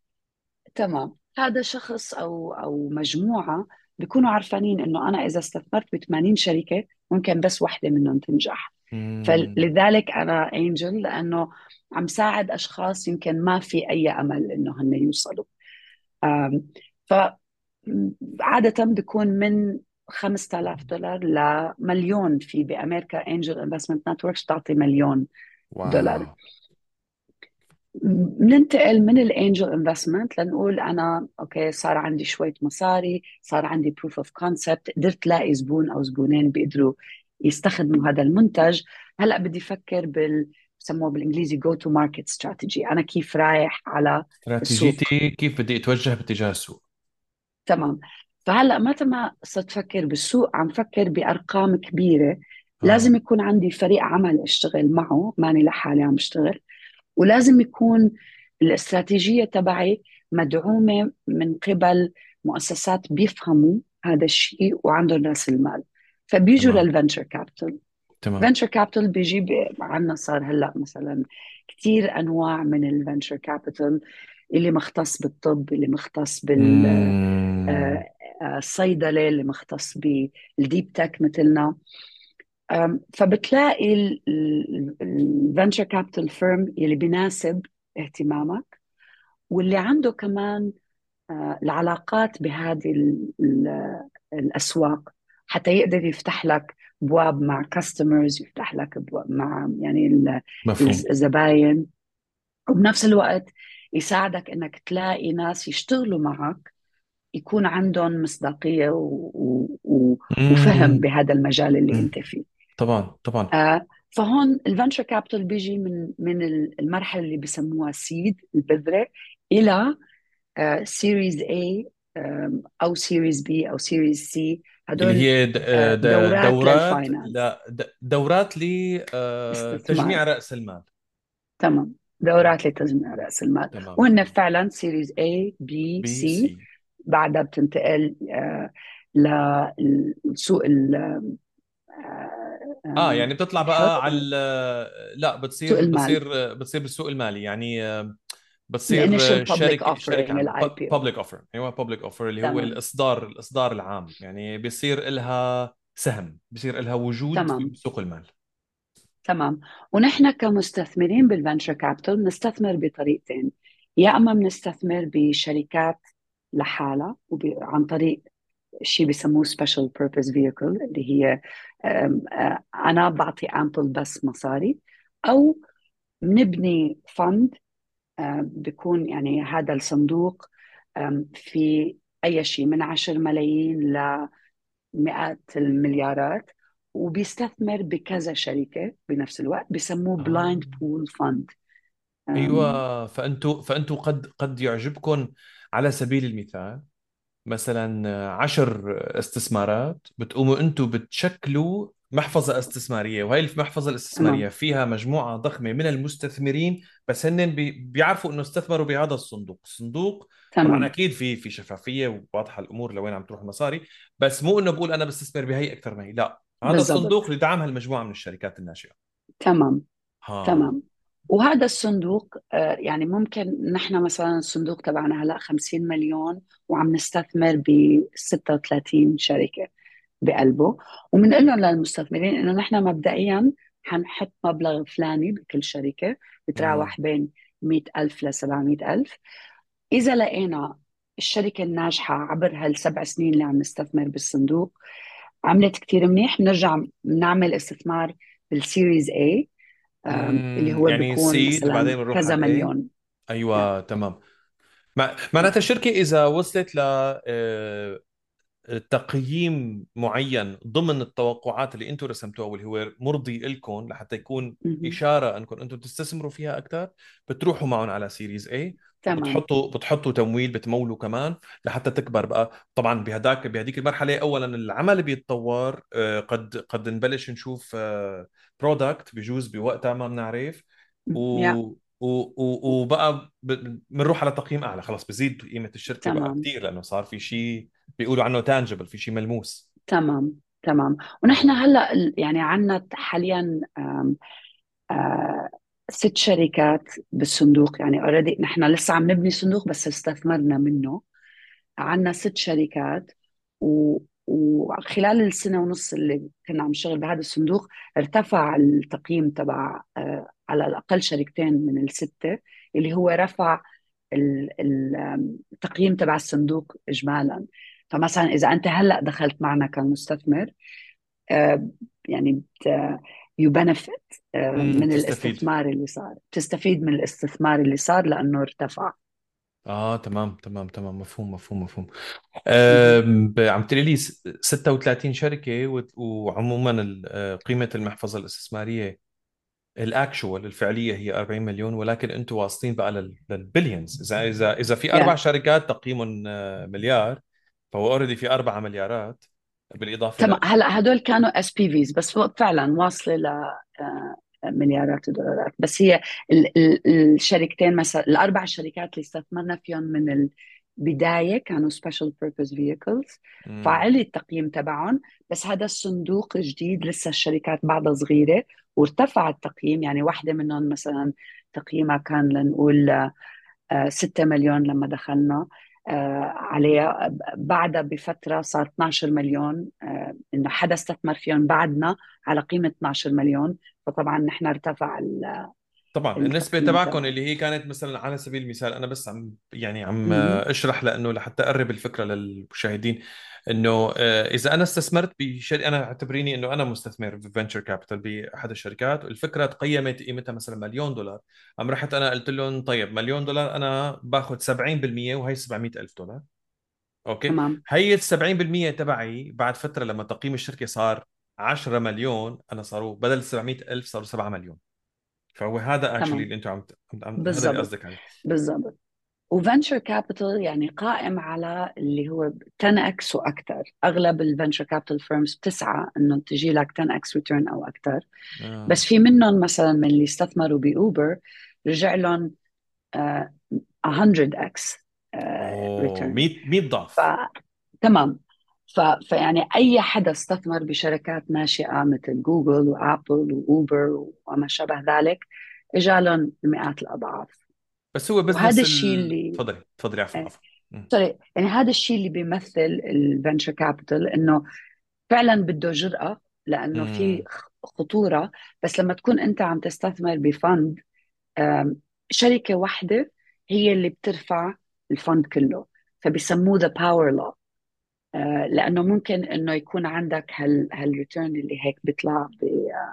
تمام، هذا شخص او او مجموعه بيكونوا عارفانين انه انا اذا استثمرت ب ثمانين شركه ممكن بس واحده منهم تنجح. مم. فلذلك انا انجل، لانه عم ساعد اشخاص يمكن ما في اي امل انه هن يوصلوا. آم، ف عادة بيكون من خمسة آلاف دولار لمليون. في بأمريكا انجل انفستمنت نتوركس بتعطي مليون دولار. واو. بننتقل من الانجل انفستمنت لنقول انا اوكي صار عندي شويه مصاري، صار عندي بروف اوف كونسبت، قدرت لاقي زبون او زبونين بيقدروا يستخدموا هذا المنتج. هلا بدي افكر بال بسموه بالانجليزي جو تو ماركت استراتيجي، انا كيف رايح على السوق. استراتيجيتي كيف بدي اتوجه باتجاه السوق. تمام. فهلا متى ما صرت افكر بالسوق عم فكر بارقام كبيره، اه. لازم يكون عندي فريق عمل اشتغل معه، ماني لحالي عم اشتغل. ولازم يكون الاستراتيجية تبعي مدعومة من قبل مؤسسات بيفهموا هذا الشيء وعندهم رأس المال، فبيجوا تمام. للفنتشر كابيتال. تمام. فنتشر كابيتال بيجيب عنا، صار هلا مثلا كثير انواع من الفنتشر كابيتال، اللي مختص بالطب، اللي مختص مم. بالصيدله، اللي مختص بالديب تك مثلنا. أم، فبتلاقي الفنتشر كابيتال فيرم اللي بيناسب اهتمامك، واللي عنده كمان آه، العلاقات بهذه ال- ال- الأسواق، حتى يقدر يفتح لك ابواب مع كاستمرز، يفتح لك ابواب مع يعني ال- مفهوم. الزباين، وبنفس الوقت يساعدك انك تلاقي ناس يشتغلوا معك يكون عندهم مصداقية و... و... وفهم مم. بهذا المجال اللي مم. انت فيه. طبعا طبعا. آه فهون الفنتشر كابيتال بيجي من من المرحلة اللي بسموها سيد، البذرة، إلى سيريز A، آم، أو سيريز بي أو سيريز سي. اللي هدول هي د- آه، د- دورات دورات للفاينانس، لا د- دورات لتجميع استثمار. رأس المال. تمام، تمام. دورات لتجميع رأس المال. تمام. وهن تمام. فعلا سيريز A B بي C. سي. بعدها بتنتقل آه، للسوق ال- آه، اه آم، يعني بتطلع الحر، بقى على لا سوق بتصير المال، بتصير بتصير بالسوق المالي يعني آه، بتصير الانيشال آه، بابليك شركة اوفر، شركة يعني عامة الاي بي او. بابليك اوفر. ايوه بابليك اوفر اللي هو تمام. الاصدار الاصدار العام يعني بيصير لها سهم، بيصير لها وجود في تمام. سوق المال. تمام. ونحن كمستثمرين بالفنتشر كابيتال بنستثمر بطريقتين: يا اما بنستثمر بشركات لحالها وب- عن طريق شيء بيسموه سبيشال بيربز فيكل، اللي هي أم، أه، انا بعطي امبل بس مصاري، او بنبني فند بيكون يعني هذا الصندوق أم، في اي شيء من عشر ملايين لمئات المليارات، وبيستثمر بكذا شركة بنفس الوقت، بيسموه آه. بلايند بول فند. ايوه فانتوا فانتوا قد قد يعجبكم على سبيل المثال مثلا عشر استثمارات بتقوموا انتم بتشكلوا محفظة استثمارية، وهي المحفظة الاستثمارية تمام. فيها مجموعة ضخمة من المستثمرين، بس هن بي بيعرفوا انه استثمروا بهذا الصندوق. الصندوق طبعا تمام. اكيد في في شفافية وواضحة الامور لوين عم تروح المصاري، بس مو انه بقول انا بستثمر بهي اكثر ما هي، لا هذا الصندوق بالضبط. اللي دعم هالمجموعة من الشركات الناشئة. تمام. ها. تمام. وهذا الصندوق آه، يعني ممكن نحن مثلا الصندوق تبعنا هلا خمسين مليون، وعم نستثمر ب ستة وثلاثين شركة بقلبه. وبنقول لهم للمستثمرين انه نحن مبدئيا حنحط مبلغ فلاني بكل شركة، امم. بتراوح بين مئة ألف ل سبعمئة ألف. إذا لقينا الشركة الناجحة عبر هالسبع سنين اللي عم نستثمر بالصندوق عملت كتير منيح، بنرجع بنعمل استثمار بالسيريز A، آم، اللي امم هو يعني بيكون سيد مثلا بعدين بنروح كذا على الاي. مليون. يا ايوه تمام. مع... يا معناتها الشركة إذا وصلت ل آه، تقييم معين ضمن التوقعات اللي انتم رسمتوها واللي هو مرضي لكم لحتى يكون مهم. اشاره انكم انتم تستثمروا فيها اكثر، بتروحوا معهم على سيريز A، تمام. وبتحطوا بتحطوا تمويل، بتمولوا كمان لحتى تكبر بقى. طبعا بهداك بهديك المرحله اولا العمل بيتطور، آه، قد قد نبلش نشوف برودكت بجوز بوقتها ما بنعرف، و يا و- و- وبقى ب- بنروح على تقييم اعلى، خلص بزيد قيمه الشركه بقى تمام. كثير لانه صار في شيء بيقولوا عنه تانجبل، في شيء ملموس. تمام. تمام. ونحن اه. هلا ال- يعني عندنا حاليا آم، آه، ست شركات بالصندوق. يعني اوريدي نحن لسه عم نبني صندوق بس استثمرنا منه. عندنا ست شركات، و... وخلال السنة ونص اللي كنا عم نشتغل بهذا الصندوق ارتفع التقييم تبع آه، على الأقل شركتين من الستة، اللي هو رفع ال- ال- آم، التقييم تبع الصندوق إجمالا. فمثلا إذا أنت هلأ دخلت معنا كمستثمر، آه، يعني يو بنفيت امم من بتستفيد. الاستثمار اللي صار، تستفيد من الاستثمار اللي صار لأنه ارتفع. اه تمام تمام تمام مفهوم مفهوم مفهوم. مهم. أم، ب- عم تقولي لي س- ستة وثلاثين شركة، و- وعموما ال- آه، قيمة المحفظة الاستثمارية الاكشوال الفعلية هي أربعين مليون، ولكن انتم واصلين بقى لل- للبليونز. اذا اذا اذا في اربع يا شركات تقييمهم آه، مليار، فهو اوريدي في اربعة مليارات. بالاضافه تمام. ل. هلا هدول كانوا اس بي فيز، بس هو فعلا واصله ل آه، مليارات الدولارات. بس هي ال ال الشركتين مثلا، الاربع شركات اللي استثمرنا فيهم من البدايه كانوا سبيشال بيربز فيكلز، امم. فعلي التقييم تبعهم. بس هذا الصندوق جديد، لسه الشركات بعدها صغيره، وارتفع التقييم. يعني واحده منهم مثلا تقييمها كان لنقول آه، ستة مليون لما دخلنا آه، عليها. بعدها بفترة صار اثناشر مليون، آه، إنه حدا استثمر فيهم بعدنا على قيمة اثناشر مليون. فطبعا نحن ارتفع ال- طبعا النسبة التقييم تبعكم تبعنا. اللي هي كانت مثلا على سبيل المثال، أنا بس عم يعني عم م- أشرح لأنه لحتى أقرب الفكرة للمشاهدين، إنه آه، إذا أنا استثمرت بشركة، أنا اعتبريني إنه أنا مستثمر في فينتشر كابيتال بأحد الشركات، والفكرة تقيمت قيمتها مثلا مليون دولار. عم رحت أنا قلت لهم طيب مليون دولار أنا باخذ سبعين بالمية وهي سبعمية ألف دولار. أوكي. تمام. هي ال سبعين بالمية تبعي بعد فترة لما تقييم الشركة صار عشرة مليون، أنا صاروا بدل سبعمية ألف صاروا سبعة مليون. فهو هذا اكشلي تمام. اللي انتم عم, عم عم- هذا اللي بالضبط. قصدك عليه. بالضبط. وفنتشر كابيتال يعني قائم على اللي هو عشرة اكس واكثر. اغلب الفنتشر كابيتال فيرمز بتسعى انه تجي لك عشرة اكس ريتيرن او اكثر. آه. بس في منهم مثلا من اللي استثمروا باوبر رجع لهم آه، مية اكس اوه، ريتيرن. مية مية ف ضعف. تمام. ف... فيعني اي حدا استثمر بشركات ناشئه مثل جوجل وابل واوبر وما شابه ذلك، اجى لهم مئات الاضعاف. بس هو وهذا بزنس الشيء ال... اللي تفضلي تفضلي، عفوا آه، عفوا. مم. سوري، يعني هذا الشيء اللي بيمثل الفنتشر كابيتال، انه فعلا بده جرأة، لانه في مم. خ- خطوره. بس لما تكون انت عم تستثمر بفند، آم، شركه واحده هي اللي بترفع الفند كله، فبيسموه ذا باور لو. لانه ممكن انه يكون عندك هال هالريتيرن اللي هيك بيطلع ب...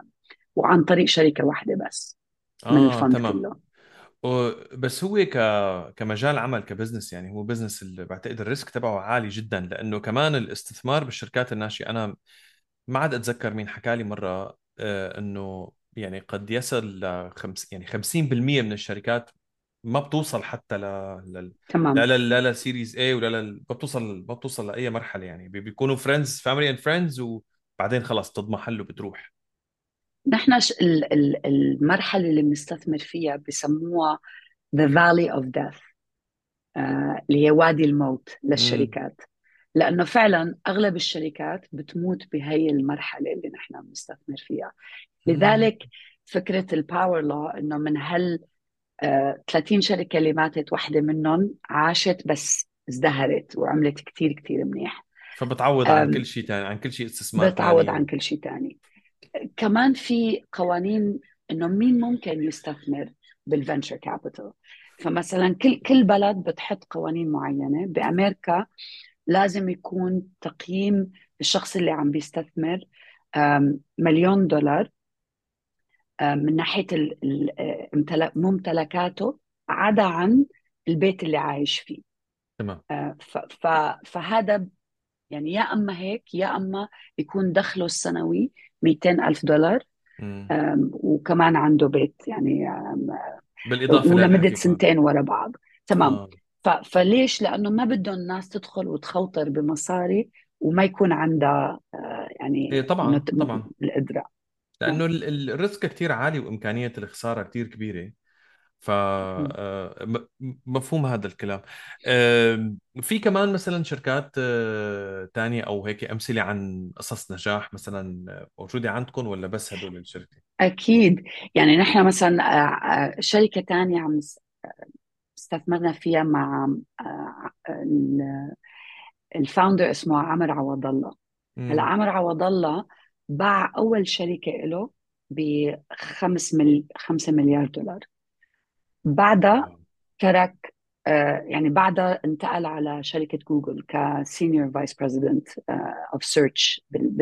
وعن طريق شركه واحده بس من اه الفند تمام. كله. و- بس هو ك... كمجال عمل كبزنس، يعني هو بزنس اللي بعتقد الريسك تبعه عالي جدا، لانه كمان الاستثمار بالشركات الناشئه، انا ما عاد اتذكر مين حكى لي مره آه انه يعني قد يصل ل خمس يعني خمسين بالمية من الشركات ما بتوصل حتى ل ل لا تمام. لا لا لا سيريز اي، ولا لا ما بتوصل ما بتوصل لاي مرحله، يعني بي- بيكونوا فريندز، فاميلي اند فريندز، وبعدين خلاص تضمحل وبتروح. نحن ش... ال- ال- المرحله اللي بنستثمر فيها بسموها the valley of death، آه اللي هي وادي الموت امم. للشركات. لانه فعلا اغلب الشركات بتموت بهي المرحله اللي نحن بنستثمر فيها. امم. لذلك فكره الباور لو، انه من هال آه، ثلاثين شركة اللي ماتت، واحدة منهم عاشت بس ازدهرت وعملت كتير كتير منيح. فبتعوض عن كل آم، شيء ثاني، عن كل شيء استثمار بتعوض ثاني عن و... كل شيء تاني. كمان في قوانين انه مين ممكن يستثمر بالفنتشر كابيتال. فمثلا كل كل بلد بتحط قوانين معينة. بأمريكا لازم يكون تقييم الشخص اللي عم بيستثمر آم، مليون دولار، آم، من ناحية ال- ال- آه، امتلا- ممتلكاته، عدا عن البيت اللي عايش فيه. تمام. آه، ف- ف- فهذا يعني يا أما هيك، يا أما يكون دخله السنوي مئتين ألف دولار، امم. آم، وكمان عنده بيت يعني، آم، بالاضافه ولمدة للاحتفاظ. سنتين ورا بعض. تمام. اه. ف- فليش؟ لأنه ما بدهم الناس تدخل وتخوطر بمصاري وما يكون عندها آه، ايه يعني إنه طبعا ت- طبعا. القدرة. لانه نعم. ال- ال- الريسك كثير عالي وامكانيه الخساره كثير كبيره. ف آه، م- مفهوم هذا الكلام. آه، في كمان مثلا شركات آه، تانية او هيك امثله عن قصص نجاح مثلا آه، موجوده عندكم، ولا بس هدول الشركه؟ أكيد. يعني نحن مثلا آه، آه، شركة تانية عم نس- استثمرنا فيها مع آه، ال- الفاوندر اسمه عمر عوض الله. هلا امم. عمر عوض الله باع أول شركة له بخمس مل... خمسة مليار دولار. بعدها ترك، آه، يعني بعدها انتقل على شركة جوجل كسينيور فايس بريزيدنت اوف سيرش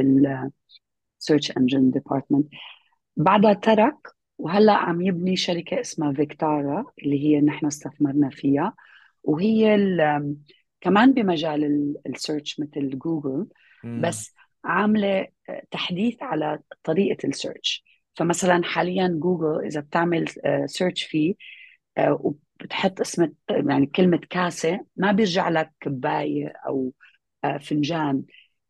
بالسيرش انجن ديبارتمنت. بعدها ترك، وهلا عم يبني شركة اسمها فيكتارا اللي هي نحن استثمرنا فيها. وهي ال- كمان بمجال السيرش مثل جوجل، امم. بس عاملة تحديث على طريقة السيرش. فمثلا حاليا جوجل إذا بتعمل سيرش فيه آه، وبتحط اسم يعني كلمة كاسة، ما بيرجع لك كباية أو آه، فنجان.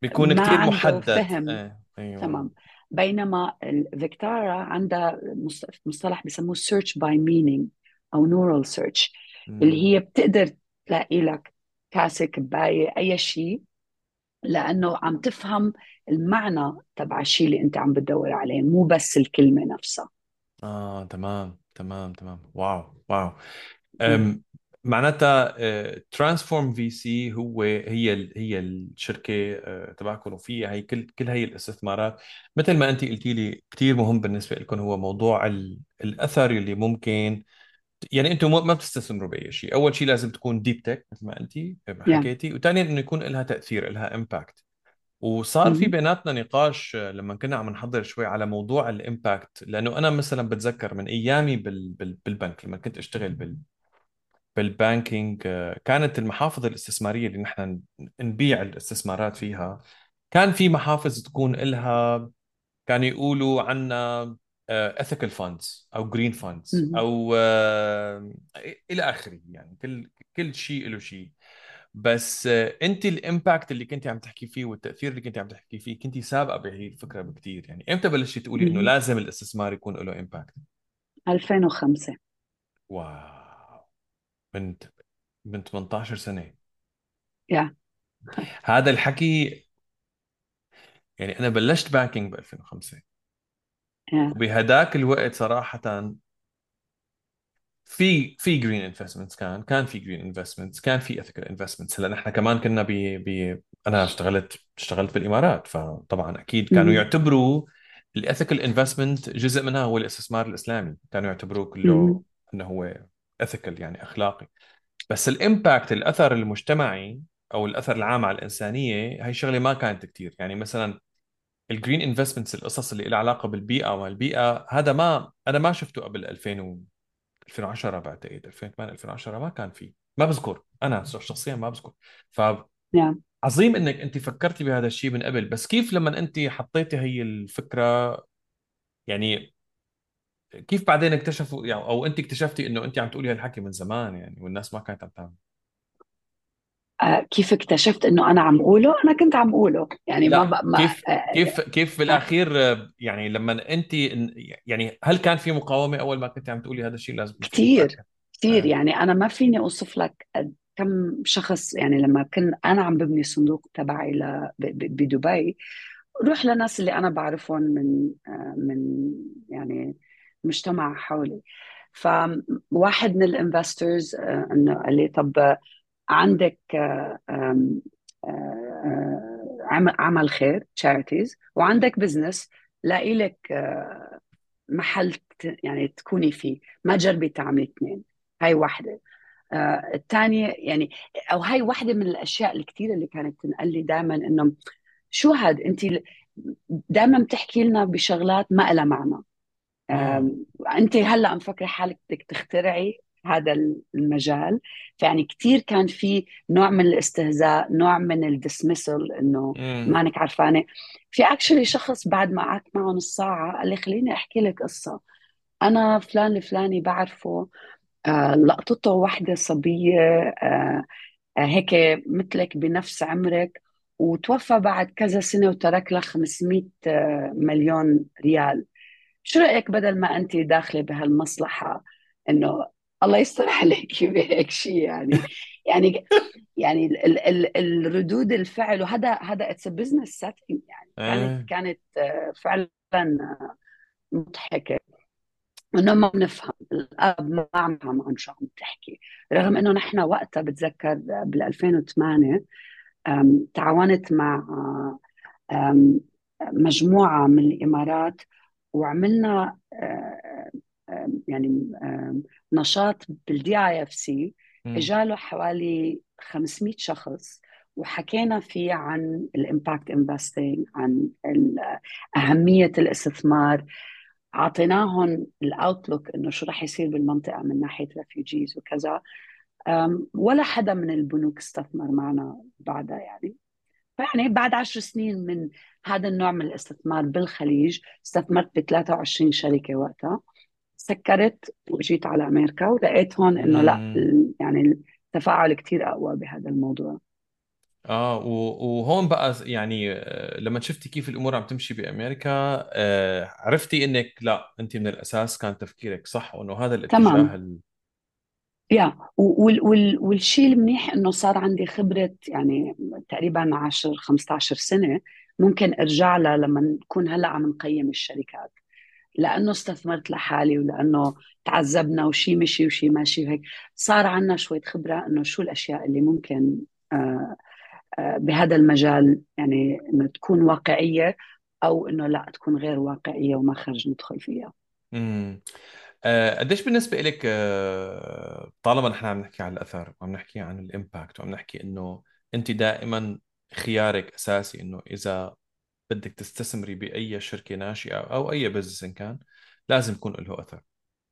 بيكون ما كتير عنده محدد. فهم. ايه ايوه. تمام. بينما الفيكتورا عندها مص- مصطلح بيسموه search by meaning أو neural search، اللي امم. هي بتقدر تلاقي لك كاسة، كباية، أي شيء، لأنه عم تفهم المعنى تبع الشيء اللي أنت عم بتدور عليه، مو بس الكلمة نفسها. اه تمام تمام تمام، واو واو. نعم. أم معناتها ترانسفورم في سي هو هي ال- هي الشركه آه، تبعكم، وفيها هي كل كل هي الاستثمارات. مثل ما انت قلتي لي كثير مهم بالنسبه لكم هو موضوع ال- الاثر اللي ممكن، يعني انتم ما ما بتستثمروا باي شيء. اول شيء لازم تكون ديب تك مثل ما قلتي نعم. حكيتي، وثانيا انه يكون لها تاثير، لها امباكت. وصار في مهم. بيناتنا نقاش آه، لما كنا عم نحضر شوي على موضوع الامباكت، لانه انا مثلا بتذكر من ايامي بال بال بالبنك لما كنت اشتغل بال بالبانكينج، آه، كانت المحافظ الاستثماريه اللي نحن نبيع الاستثمارات فيها، كان في محافظ تكون لها، كانوا يقولوا عنا ethical funds او green funds مهم. او آه، الى اخره، يعني كل كل شيء له شيء. بس آه، انت الامباكت اللي كنت عم تحكي فيه والتاثير اللي كنت عم تحكي فيه كنت سابقه بهي الفكره بكثير. يعني امتى بلشتي تقولي انه مهم. لازم الاستثمار يكون له امباكت؟ ألفين وخمسة. واو، من من ثمانية عشر سنه يا هذا الحكي. يعني انا بلشت بانكينج ب ألفين وخمسة، يا وبهداك الوقت صراحه في في جرين انفستمنتس، كان كان في جرين انفستمنتس، كان في اثيكال انفستمنتس. هلا نحن كمان كنا ب ب انا اشتغلت اشتغلت بالامارات، فطبعا اكيد كانوا مهم. يعتبروا الاثيكال انفستمنت جزء منها هو الاستثمار الاسلامي، كانوا يعتبروه كله مهم. انه هو اثيكال يعني اخلاقي. بس الامباكت، الاثر المجتمعي او الاثر العام على الانسانيه، هي شغله ما كانت كتير. يعني مثلا الجرين انفستمنتس، القصص اللي لها علاقه بالبيئه والبيئه، هذا ما انا ما شفته قبل ألفين ألفين وعشرة، بعتقد ألفين وثمانية ألفين وعشرة ما كان في، ما بذكر انا شخصيا ما بذكر. يا فعظيم انك انت فكرتي بهذا الشيء من قبل، بس كيف لما انت حطيتي هي الفكره، يعني كيف بعدين اكتشفوا يعني، او انت اكتشفتي انه انت عم تقولي هالحكي من زمان يعني والناس ما كانت عم تعمل؟ آه، كيف اكتشفت انه انا عم اقوله؟ انا كنت عم اقوله يعني ما لا، ب... ما كيف آه آه كيف كيف آه، بالاخير آه، يعني لما انت، يعني هل كان في مقاومه اول ما كنت عم تقولي هذا الشيء لازم يكون في كتير امباكت؟ كتير. آه. يعني انا ما فيني اوصف لك قد كم شخص. يعني لما كنت انا عم ببني الصندوق تبعي ل... ب... ب- بدبي، روح لناس اللي انا بعرفهم من آه من يعني مجتمع حولي. فواحد من الانفسترز انه قال لي طب عندك آه، آم، آه، آه، عمل عمل خير تشاريتيز، وعندك بزنس، لاقي لك آه، محل ت- يعني تكوني فيه، ما جربي تعملي اثنين. هاي واحدة. آه، الثانية يعني، أو هاي واحدة من الأشياء الكثيرة اللي كانت تنقال لي دائما، إنه شو هاد أنت دائما بتحكي لنا بشغلات ما لها معنى. اه. آم، انت هلا مفكره حالك بدك تخترعي هذا المجال. فيعني كثير كان في نوع من الاستهزاء، نوع من الدسمسل، انه امم. مانك عرفانه. في اكشلي شخص بعد ما قعدت معه نص ساعه قال لي خليني احكي لك قصه. انا فلان الفلاني بعرفه، آه لقطته واحده صبيه، آه آه هيك مثلك بنفس عمرك، وتوفى بعد كذا سنه وترك لك خمسمئة آه مليون ريال. شو رأيك بدل ما أنت داخلة بهالمصلحة، إنه الله يستر عليك بهيك شيء؟ يعني يعني يعني ال ال ال الردود الفعل، وهذا هذا اتس بزنس سيتنج. يعني كانت ايه. كانت آه، فعلا مضحكة. انه ما بنفهم الاب، ما عم يفهم عن شو عم تحكي. رغم انه نحن وقتها بتذكر بال ألفين وثمانية أم، تعاونت مع أم، مجموعة من الإمارات، وعملنا آه، آم، يعني آم، نشاط بالدي اي اف سي. امم. اجاله حوالي خمسمئة شخص، وحكينا فيه عن الامباكت انفستنج، عن ال- أهمية الاستثمار. أعطيناهم الأوتلوك إنه شو رح يصير بالمنطقة من ناحية ريفيوجيز وكذا. أم، ولا حدا من البنوك استثمر معنا بعدها يعني. فيعني بعد عشر سنين من هذا النوع من الاستثمار بالخليج، استثمرت ب ثلاثة وعشرين شركة وقتها. سكرت وجيت على أمريكا، ولقيت هون إنه لا، امم. ال- يعني التفاعل كتير أقوى بهذا الموضوع. اه و- وهون بقى يعني آه، لما شفتي كيف الامور عم تمشي بامريكا، آه، عرفتي انك لا، انت من الاساس كان تفكيرك صح، وانه هذا الاتجاه تمام. ال... يا وال وال والشيء المنيح انه صار عندي خبرة يعني تقريبا عشر خمسة عشر سنة، ممكن ارجع لها لما نكون هلا عم نقيم الشركات، لانه استثمرت لحالي ولانه تعذبنا وشي مشي وشي ماشي وهيك. صار عندنا شوية خبرة انه شو الاشياء اللي ممكن آه، آه، بهذا المجال يعني انه تكون واقعية، او انه لا تكون غير واقعية وما خرج ندخل فيها. مم. آه، قديش بالنسبة لك، آه، طالما نحن عم نحكي عن الأثر وعم نحكي عن الإمباكت وعم نحكي إنه أنت دائما خيارك أساسي إنه إذا بدك تستثمري بأي شركة ناشئة أو أي بزنس إن كان، لازم يكون له أثر.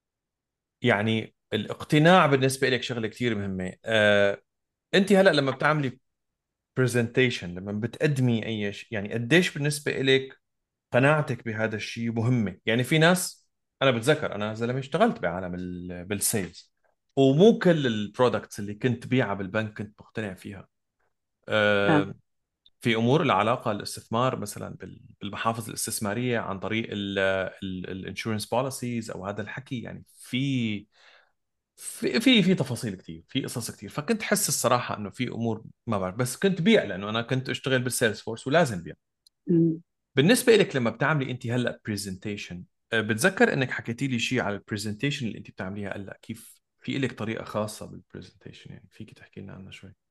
يعني الاقتناع بالنسبة لك شغلة كثير مهمة. آه، أنت هلأ لما بتعملي برزنتيشن، لما بتقدمي أي شيء، يعني قديش بالنسبة لك قناعتك بهذا الشيء مهمة؟ يعني في ناس، أنا بتذكر أنا زلمة اشتغلت بعالم ال- بالسيلز، ومو كل البرودكتس اللي كنت بيعها بالبنك كنت مقتنع فيها. آه. أه، في أمور العلاقة الاستثمار مثلا بال- بالمحافظ الاستثمارية عن طريق الانشورنس بوليسيز أو هذا الحكي، يعني في في في في تفاصيل كثير، في قصص كثير. فكنت حس الصراحة إنه في أمور ما بعرف، بس كنت بيع لأنه أنا كنت أشتغل بالسيلز فورس ولازم بيع. أمم. بالنسبة لك لما بتعملي انت هلا برزنتيشن، بتذكر انك حكيتي لي شيء على البرزنتيشن اللي انت بتعمليها هلا، كيف في لك طريقة خاصة بالبرزنتيشن؟ يعني فيك تحكي لنا عنها شوي؟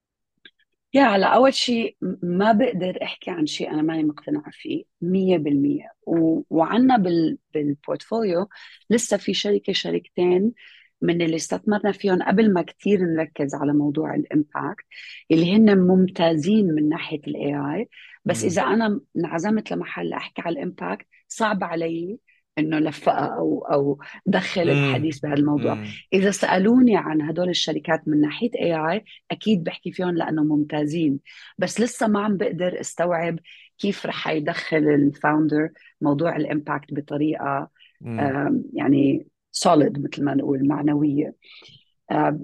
يا على أول شيء ما بقدر أحكي عن شيء أنا ماني مقتنعة فيه مية بالمية، و... وعنا بال... بالبورتفوليو لسه في شركة شركتين من اللي استثمرنا فيهم قبل ما كتير نركز على موضوع الإمباكت، اللي هن ممتازين من ناحية الاي اي. بس امم. إذا أنا انعزمت لمحل أحكي على الإمباكت صعب علي إنه لفقها أو أو دخل امم. الحديث بهالموضوع. امم. إذا سألوني عن هدول الشركات من ناحية اي اي اكيد بحكي فيهم لانه ممتازين، بس لسه ما عم بقدر استوعب كيف رح يدخل الفاوندر موضوع الامباكت بطريقه امم. آم، يعني solid مثل ما نقول معنويه. آم،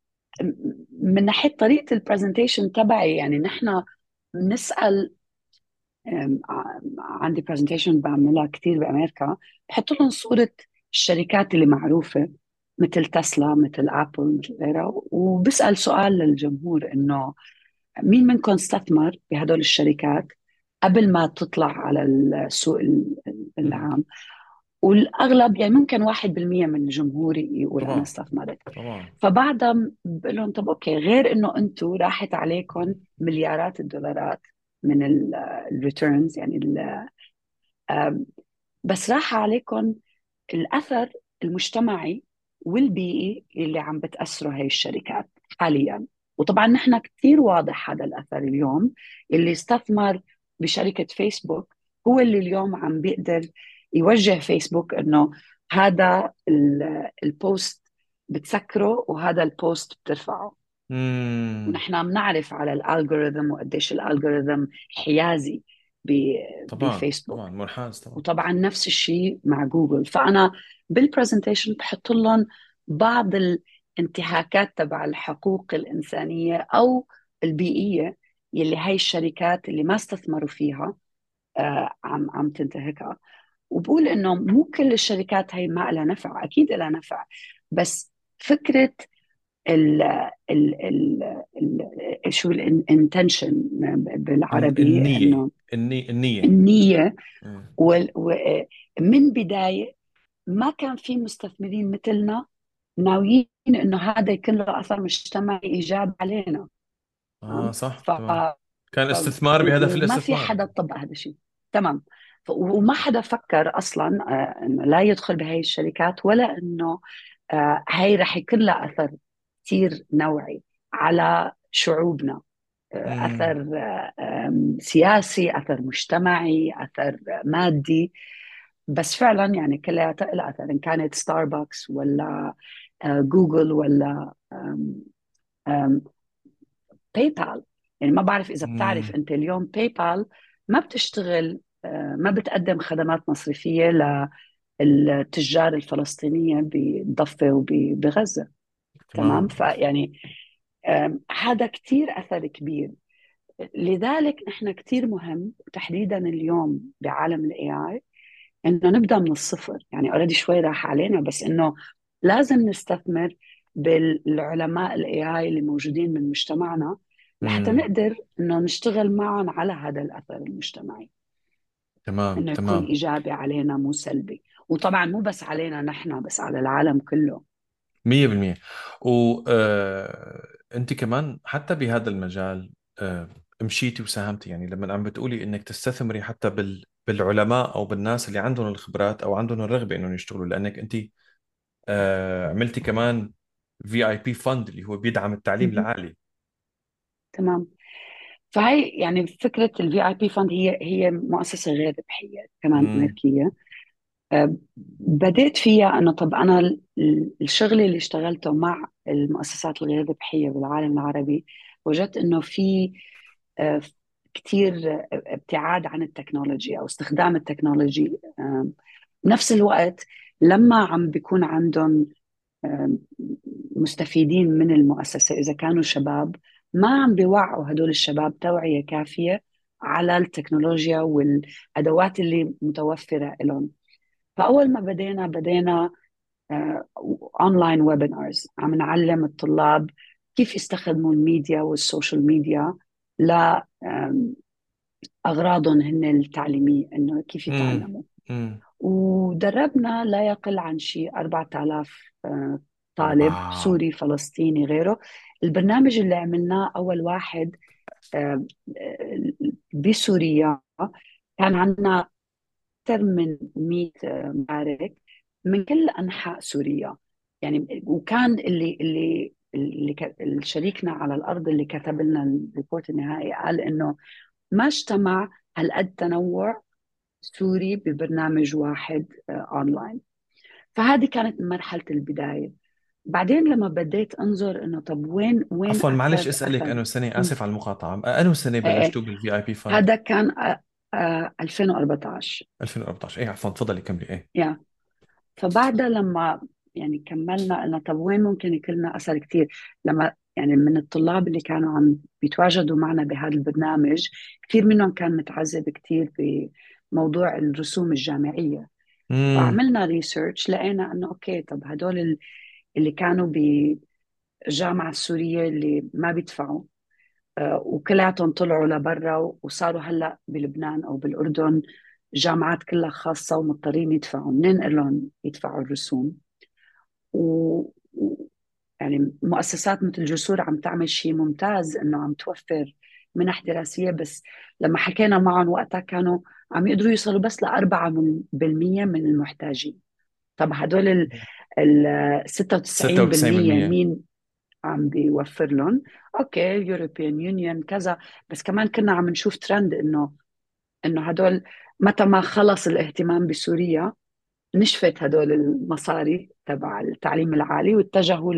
من ناحيه طريقه البرزنتيشن تبعي يعني نحن بنسال. آم، ع- عندي برزنتيشن بعملها كثير بامريكا، بحط لهم صوره الشركات اللي معروفه مثل تسلا مثل ابل مثل غيرها، وبسال سؤال للجمهور انه مين منكم استثمر بهدول الشركات قبل ما تطلع على السوق ال- امم. العام. والأغلب يعني ممكن واحد بالمية من الجمهور يقول أنا طبعا. استثمرت. طبعا. فبعدها بقول لهم طب أوكي، غير إنه أنتم راحت عليكم مليارات الدولارات من الريتيرنز يعني ال- آم، بس راح عليكم الأثر المجتمعي والبيئي اللي عم بتأثره هاي الشركات حاليا. وطبعا نحن كثير واضح هذا الأثر اليوم. اللي استثمر بشركة فيسبوك هو اللي اليوم عم بيقدر يوجه فيسبوك انه هذا ال- البوست بتسكره وهذا البوست بترفعه. امم. ونحن بنعرف على الالجوريثم وقديش الالجوريثم حيازي ب- طبعا. طبعا بفيسبوك. منحاز طبعا. وطبعا نفس الشيء مع جوجل. فأنا بالبرزنتيشن بحط لهم بعض الانتهاكات تبع الحقوق الإنسانية أو البيئية يلي هاي الشركات اللي ما استثمروا فيها آه عم عم تنتهكها. وبقول إنه مو كل الشركات هاي ما لها نفع، أكيد لها نفع، بس فكرة ال ال ال ال شو الانتنشن الن- بالعربي النية. إنه النية النية. النية. مم. ومن بداية ما كان في مستثمرين مثلنا ناويين انه هذا يكون له اثر مجتمعي ايجابي علينا. اه تمام. صح ف... تمام. كان ف... استثمار بهدف وما في الاستثمار. حدا طبق هذا الشيء. تمام. ف... وما حدا فكر اصلا آه، انه لا يدخل بهي الشركات، ولا انه آه، هي رح يكون لها اثر كثير نوعي على شعوبنا. آه، امم. اثر آه، آم، سياسي، اثر مجتمعي، اثر مادي. بس فعلا يعني كلها لها اثر، ان كانت ستاربكس ولا آه، جوجل ولا آم، آم، باي بال. يعني ما بعرف اذا بتعرف امم. انت اليوم باي بال ما بتشتغل آه، ما بتقدم خدمات مصرفيه للتجار الفلسطينيه بالضفه وبغزه. تمام. تمام. فيعني آم، هذا كتير اثر كبير. لذلك نحن كتير مهم تحديدا اليوم بعالم الاي اي انه نبدا من الصفر. يعني اوريدي شوي راح علينا، بس انه لازم نستثمر بالعلماء الاي اي اللي موجودين من مجتمعنا لحتى امم. نقدر انه نشتغل معهم على هذا الاثر المجتمعي، تمام انه يكون تمام. ايجابي علينا مو سلبي. وطبعا مو بس علينا نحن، بس على العالم كله. مية بالمية. وأنت كمان حتى بهذا المجال آه، مشيتي وساهمتي، يعني لما عم بتقولي إنك تستثمري حتى بال... بالعلماء أو بالناس اللي عندهم الخبرات أو عندهم الرغبة إنهم يشتغلوا، لأنك أنت آه، عملتي كمان في اي بي فند اللي هو بيدعم التعليم مهم. العالي. تمام. فهي يعني فكره الفي اي بي فند هي هي مؤسسه غير ربحيه كمان امم. امريكيه. أه، بديت فيها انه طب انا ال- ال- الشغل اللي اشتغلته مع المؤسسات الغير ربحيه بالعالم العربي، وجدت انه في أه، كتير ابتعاد عن التكنولوجيا او استخدام التكنولوجي. أه، بنفس الوقت لما عم بيكون عندهم أه، مستفيدين من المؤسسه اذا كانوا شباب، ما عم بيوعوا هدول الشباب توعيه كافيه على التكنولوجيا والادوات اللي متوفره لهم. فأول ما بدينا بدينا أونلاين ويبينارز، عم نعلم الطلاب كيف يستخدموا الميديا والسوشيال ميديا لأغراضهم هن التعليمية، إنه كيف امم. يتعلموا. امم. ودربنا لا يقل عن شيء أربعة آلاف آه، طالب واو. سوري فلسطيني غيره. البرنامج اللي عملناه أول واحد آه، آه، بسوريا، كان عندنا أكثر من مية مشارك من كل أنحاء سوريا. يعني وكان اللي اللي اللي ك- شريكنا على الأرض اللي كتب لنا الريبورت النهائي قال إنه ما اجتمع هالقد تنوع سوري ببرنامج واحد آه، أونلاين. فهذه كانت مرحلة البداية. بعدين لما بديت أنظر إنه طب وين وين عفوا معلش أكثر اسالك، أثر. انه سنه م. اسف على المقاطعه، انه سنه آه، آه، بلشتوا بالفي اي بي فند؟ هذا كان آه، آه، ألفين وأربعتاشر. ألفين وأربعة عشر. ايه عفوا تفضلي كملي ايه. يا فبعدها لما يعني كملنا قلنا طب وين ممكن يكون لنا اثر كثير. لما يعني من الطلاب اللي كانوا عم بيتواجدوا معنا بهذا البرنامج، كثير منهم كان متعذب كثير بموضوع الرسوم الجامعيه. امم. فعملنا ريسيرش لقينا انه اوكي طب هدول ال- اللي كانوا بالجامعه السوريه اللي ما بيدفعوا، آه، وكلياتهم طلعوا لبرا وصاروا هلا بلبنان او بالاردن جامعات كلها خاصه ومضطرين يدفعوا، منين لهم يدفعوا الرسوم؟ و و- يعني مؤسسات مثل جسور عم تعمل شيء ممتاز انه عم توفر منح دراسية، بس لما حكينا معهم وقتها كانوا عم يقدروا يوصلوا بس لأربعة من بالمية من المحتاجين. طب هدول ال ال ستة وتسعين بالمية ستة وتسعين بالمية. مين عم بيوفر لهم؟ اوكي يوروبيان يونيون كذا. بس كمان كنا عم نشوف ترند انه انه هدول متى ما خلص الاهتمام بسوريا نشفت هدول المصاري تبع التعليم العالي واتجهوا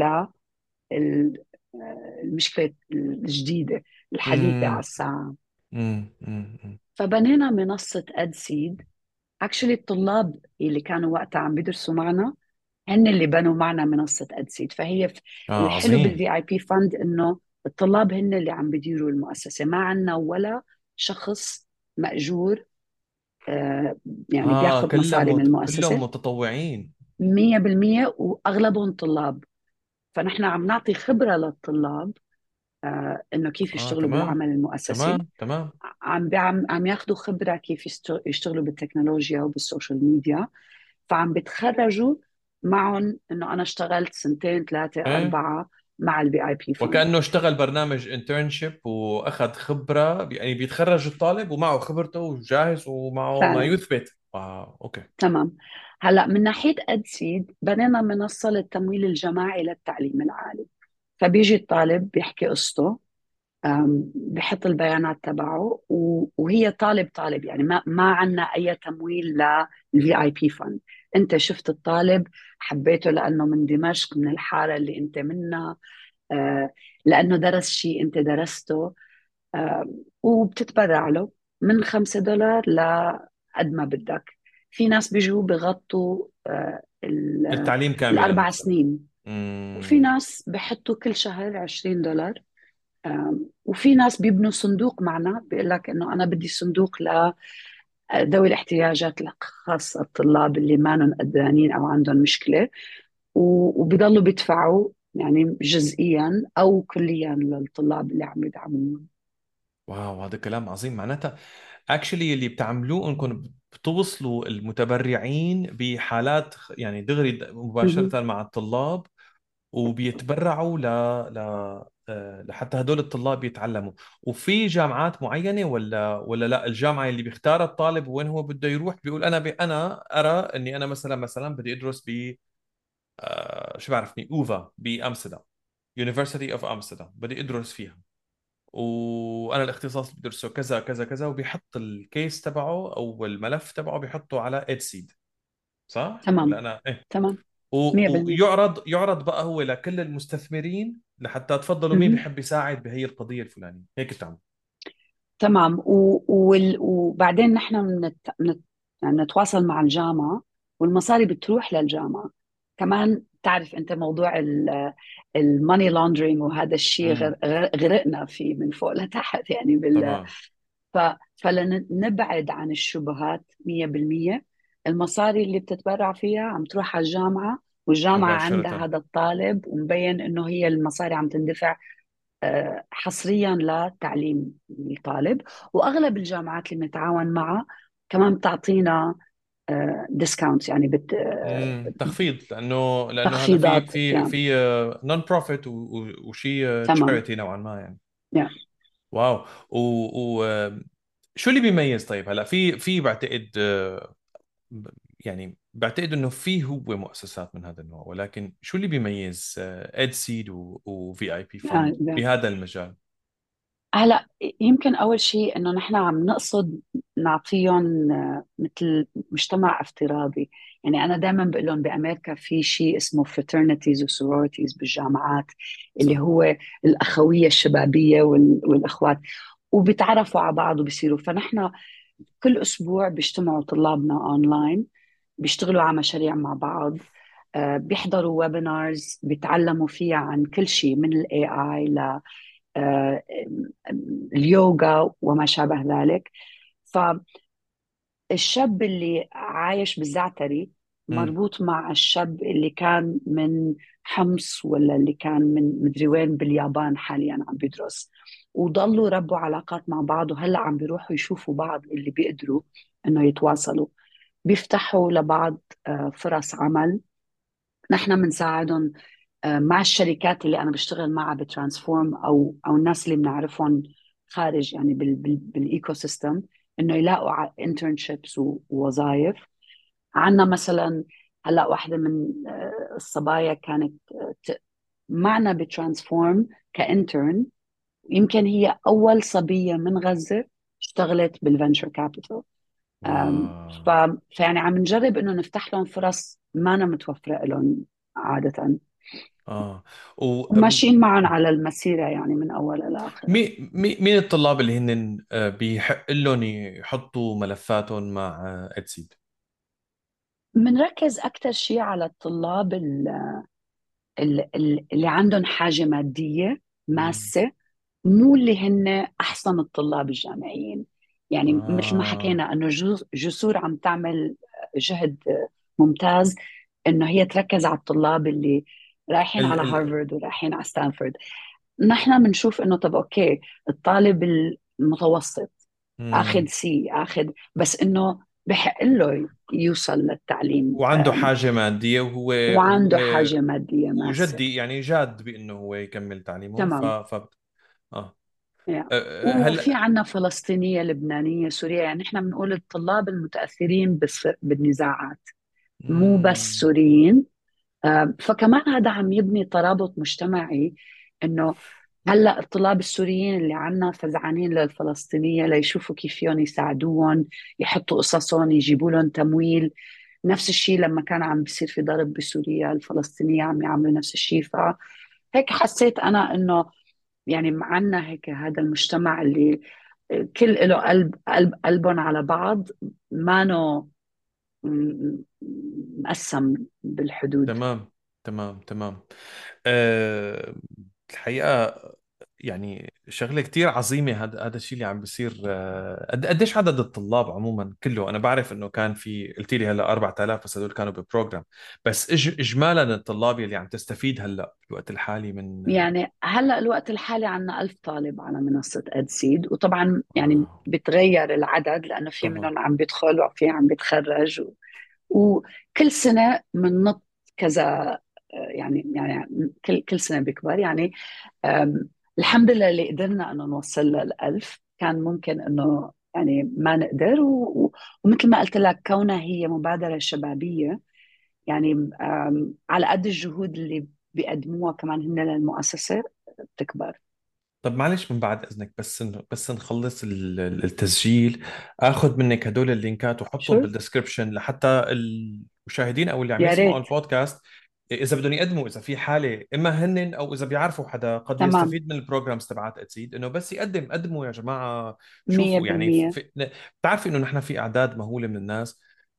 ل المشكلة الجديدة الحديثة على امم. الساعة. امم. امم. فبنينا منصة أدسيد. اكشلي الطلاب اللي كانوا وقتها عم بيدرسوا معنا هن اللي بنوا معنا منصة أدسيد. فهي ف- اه الحلو عظيم. بالفي اي بي فند انه الطلاب هن اللي عم بيديروا المؤسسة، ما عنا ولا شخص مأجور آه، يعني اه بياخذ كلهم مصاري من مت... كلهم المؤسسة. متطوعين. مية بالمية وأغلبهم طلاب. فنحن عم نعطي خبرة للطلاب آه، انه كيف اه يشتغلوا تمام بالعمل المؤسسي. تمام تمام. عم بيعم عم ياخذوا خبرة كيف يست- يشتغلوا بالتكنولوجيا وبالسوشيال ميديا. فعم بيتخرجوا معهم انه انا اشتغلت سنتين ثلاثة ايه، أربعة مع البي اي بي فند. وكأنه اشتغل برنامج انترنشيب واخذ خبرة، يعني بيتخرج الطالب ومعه خبرته وجاهز ومعه ما فعلا. يثبت. واو اوكي. تمام. هلا من ناحية أدسيد بنينا منصة للتمويل الجماعي للتعليم العالي. فبيجي الطالب بيحكي قصته، أم، بحط البيانات تبعه و- وهي طالب طالب، يعني ما ما عندنا اي تمويل للفي اي بي فند. انت شفت الطالب حبيته لانه من دمشق من الحاره اللي انت منها، آه، لانه درس شيء انت درسته، آه، وبتتبرع له من خمسة دولار لقد ما بدك. في ناس بيجوا بغطوا آه، ال- التعليم كاملا الاربع مثلا. سنين، وفي امم. ناس بحطوا كل شهر عشرين دولار آم، وفي ناس بيبنوا صندوق معنا، بيقول لك انه انا بدي صندوق لذوي الاحتياجات الخاصة، الطلاب اللي ما لهم قدرانين او عندهم مشكلة، و- وبيضلوا بيدفعوا يعني جزئيا او كليا للطلاب اللي عم يدعموهم. واو، هذا كلام عظيم. معناتها اكشلي اللي بتعملوه انكم بتوصلوا المتبرعين بحالات يعني دغري مهم. مباشرة مع الطلاب، وبيتبرعوا ل ل آه، لحتى هدول الطلاب يتعلموا. وفي جامعات معينة ولا ولا لا، الجامعة اللي بيختار الطالب وين هو بده يروح بيقول انا ب... انا ارى اني انا مثلا مثلا بدي ادرس ب آه، شو بعرفني اوفا بامستردام، University of Amsterdam بدي ادرس فيها، وانا الاختصاص اللي بدرسه كذا كذا كذا، وبيحط الكيس تبعه او الملف تبعه بيحطه على ادسيد، صح ولا تمام. انا ايه؟ تمام. و- مية بالمية. ويعرض يعرض بقى هو لكل المستثمرين لحتى تفضلوا مين مهم. بيحب يساعد بهي القضية الفلانية، هيك بتعمل؟ تمام. و... وال... وبعدين نحن منت... منت... يعني نتواصل مع الجامعة، والمصاري بتروح للجامعة. كمان تعرف انت موضوع الماني لاندرينج، وهذا الشيء غر... امم. غر- غرقنا فيه من فوق لتحت يعني بال... تمام. ف... فلنبعد عن الشبهات مية بالمية. المصاري اللي بتتبرع فيها عم تروح على الجامعة، والجامعة عندها مباشرة. هذا الطالب، ومبين انه هي المصاري عم تندفع آه، حصريا لتعليم الطالب. واغلب الجامعات اللي بنتعاون معها كمان بتعطينا ديسكاونت، يعني بت... آه، امم، تخفيض، لانه لانه هذا في تخفيضات في يعني. في نون بروفيت وشيء تمام. تشاريتي نوعا ما يعني. yeah. واو. و, و شو اللي بيميز؟ طيب هلا في في بعتقد آه، ب- يعني بعتقد انه في هو مؤسسات من هذا النوع، ولكن شو اللي بيميز اد سيد وفي اي بي فند آه، بهذا المجال؟ هلا يمكن اول شيء انه نحن عم نقصد نعطيهم آه، مثل مجتمع افتراضي. يعني انا دائما بقول لهم بامريكا في شيء اسمه fraternities و sororities بالجامعات، اللي صح. هو الاخويه الشبابيه وال- والاخوات، وبيتعرفوا على بعض وبيصيروا. فنحن كل اسبوع بيجتمعوا طلابنا اونلاين، بيشتغلوا على مشاريع مع بعض، آه، بيحضروا ويبينارز بيتعلموا فيها عن كل شيء من الاي اي آه، اليوغا وما شابه ذلك. فالشاب اللي عايش بالزعتري امم. مربوط مع الشاب اللي كان من حمص، ولا اللي كان من مدري وين باليابان حاليا عم بيدرس، وضلوا ربوا علاقات مع بعض، وهلا عم بيروحوا يشوفوا بعض اللي بيقدروا انه يتواصلوا، بيفتحوا لبعض آه، فرص عمل. نحن بنساعدهم آه، مع الشركات اللي انا بشتغل معها بترانسفورم، او او الناس اللي بنعرفهم خارج يعني بال بال بالايكو سيستم، انه يلاقوا انترنشيبس ووظائف. عندنا مثلا هلا واحدة من آه، الصبايا كانت آه، ت- معنا بترانسفورم كانترن. يمكن هي اول صبية من غزة اشتغلت بالفنشر كابيتال. ف واو. فيعني عم نجرب انه نفتح لهم فرص ما أنا متوفرة لهم عادة، اه. و وماشيين معهم على المسيرة يعني من أولها لآخرها. مي مي مين الطلاب اللي هن آه، بيحق لهم يحطوا ملفاتهم مع ادسيد؟ بنركز أكثر شيء على الطلاب ال- ال- ال- اللي عندهم حاجة مادية ماسة، مو اللي هن أحسن الطلاب الجامعيين. يعني مثل ما اه. حكينا إنه جو- جسور عم تعمل جهد ممتاز إنه هي تركز على الطلاب اللي رايحين ال على ال هارفارد ورايحين على ستانفورد. نحن بنشوف إنه طب أوكي، الطالب المتوسط اخذ مم. سي اخذ، بس انه بحق له يوصل للتعليم وعنده آم، حاجة مادية، وهو وعنده وهو حاجة مادية ماسة. وجدي يعني جاد بانه هو يكمل تعليمه. ف تمام. ف اه أه، يعني أه، وفي هلا. عنا فلسطينية لبنانية سورية، يعني نحن بنقول الطلاب المتأثرين بالص- بالنزاعات، مو بس مم. سوريين. آم، فكمان هذا عم يبني ترابط مجتمعي، انه هلا الطلاب السوريين اللي عنا فزعانين للفلسطينية ليشوفوا كيف فيهم يساعدوهم، يحطوا قصصهم، يجيبوا لهم تمويل. نفس الشيء لما كان عم بيصير في ضرب بسوريا، الفلسطينية عم يعملوا نفس الشيء. فهيك حسيت أنا إنه يعني معنا هيك هذا المجتمع اللي كل له قلب قلب قلبهم على بعض، ما نو مقسم بالحدود. تمام. تمام. تمام. أه الحقيقة يعني شغله كتير عظيمه. هذا هذا الشيء اللي عم بيصير. آه، قد قديش عدد الطلاب عموما كله؟ انا بعرف انه كان في، قلت لي هلا أربعة آلاف، بس هدول كانوا ببروجرام. بس إج اجمالا الطلاب اللي عم تستفيد هلا بالوقت الحالي من يعني هلا الوقت الحالي عندنا ألف طالب على منصة أدسيد، وطبعا يعني آه بتغير العدد لأنه في طبعا. منهم عم بيدخل وفي عم بيتخرج، و... وكل سنة بننط كذا. يعني يعني كل كل سنة بيكبر يعني. أم، الحمد لله اللي قدرنا انه نوصل للألف. كان ممكن انه يعني ما نقدر، و... و- ومثل ما قلت لك كونها هي مبادرة شبابية، يعني أم، على قد الجهود اللي بيقدموها كمان هن للمؤسسة بتكبر. طب معلش من بعد اذنك، بس ن- بس نخلص ال- ال- التسجيل، اخذ منك هدول اللينكات وحطهم شو؟ بالدسكربشن لحتى المشاهدين او اللي عم يا يسمعوا ريت. البودكاست، اذا بدهم يقدموا، اذا في حاله، اما هن او اذا بيعرفوا حدا قد تمام. يستفيد من البروجرامز تبعات اتسيد، انه بس يقدم. قدموا يا جماعه. مية شوفوا يعني في بالمية في- بتعرفي انه نحن في اعداد مهوله من الناس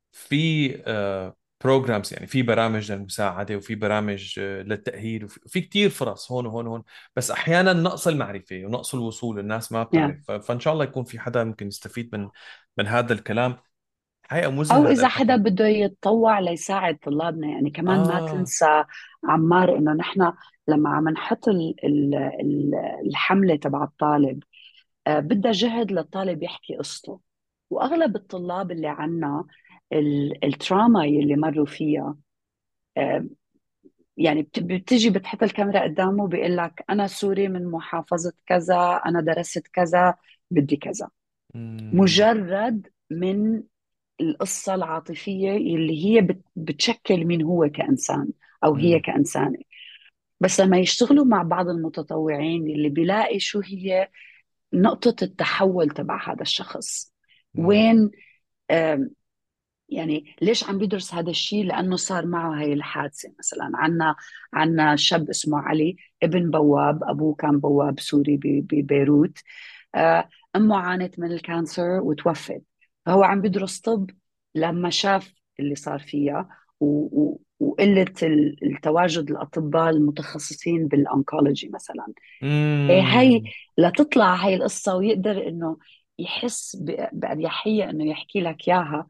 في بروجرامز، يعني في برامج للمساعده وفي برامج آه، للتاهيل، وفي في كثير فرص هون وهون وهون. بس احيانا نقص المعرفه ونقص الوصول، الناس ما يا. بتعرف. ف- فان شاء الله يكون في حدا ممكن يستفيد من من هذا الكلام. حقيقه أو مذهل هذا إذا حدا الحكي. بده يتطوع ليساعد طلابنا، يعني كمان ما اه. تنسى عمار إنه نحن لما عم نحط ال- ال- ال- الحملة تبع الطالب، آه، بدها جهد للطالب يحكي قصته. واغلب الطلاب اللي عنا ال- التراما اللي مروا فيها، آه، يعني بت- بتجي بتحط الكاميرا قدامه بيقول لك انا سوري من محافظة كذا، انا درست كذا، بدي كذا. امم. مجرد من القصة العاطفية اللي هي بت- بتشكل مين هو كإنسان أو هي امم. كإنسانة. بس لما يشتغلوا مع بعض المتطوعين اللي بيلاقي شو هي نقطة التحول تبع هذا الشخص، وين، آم، يعني ليش عم بيدرس هذا الشيء؟ لأنه صار معه هاي الحادثة. مثلا عنا عنا شاب اسمه علي، ابن بواب، أبوه كان بواب سوري ب- ببيروت. آه، أمه عانت من الكانسر وتوفت، فهو عم بيدرس طب لما شاف اللي صار فيها، و- و- وقلة ال- التواجد الأطباء المتخصصين بالأونكولوجي مثلا. إيه هاي، امم. لتطلع هاي القصة ويقدر إنه يحس ب- بأريحية إنه يحكي لك إياها،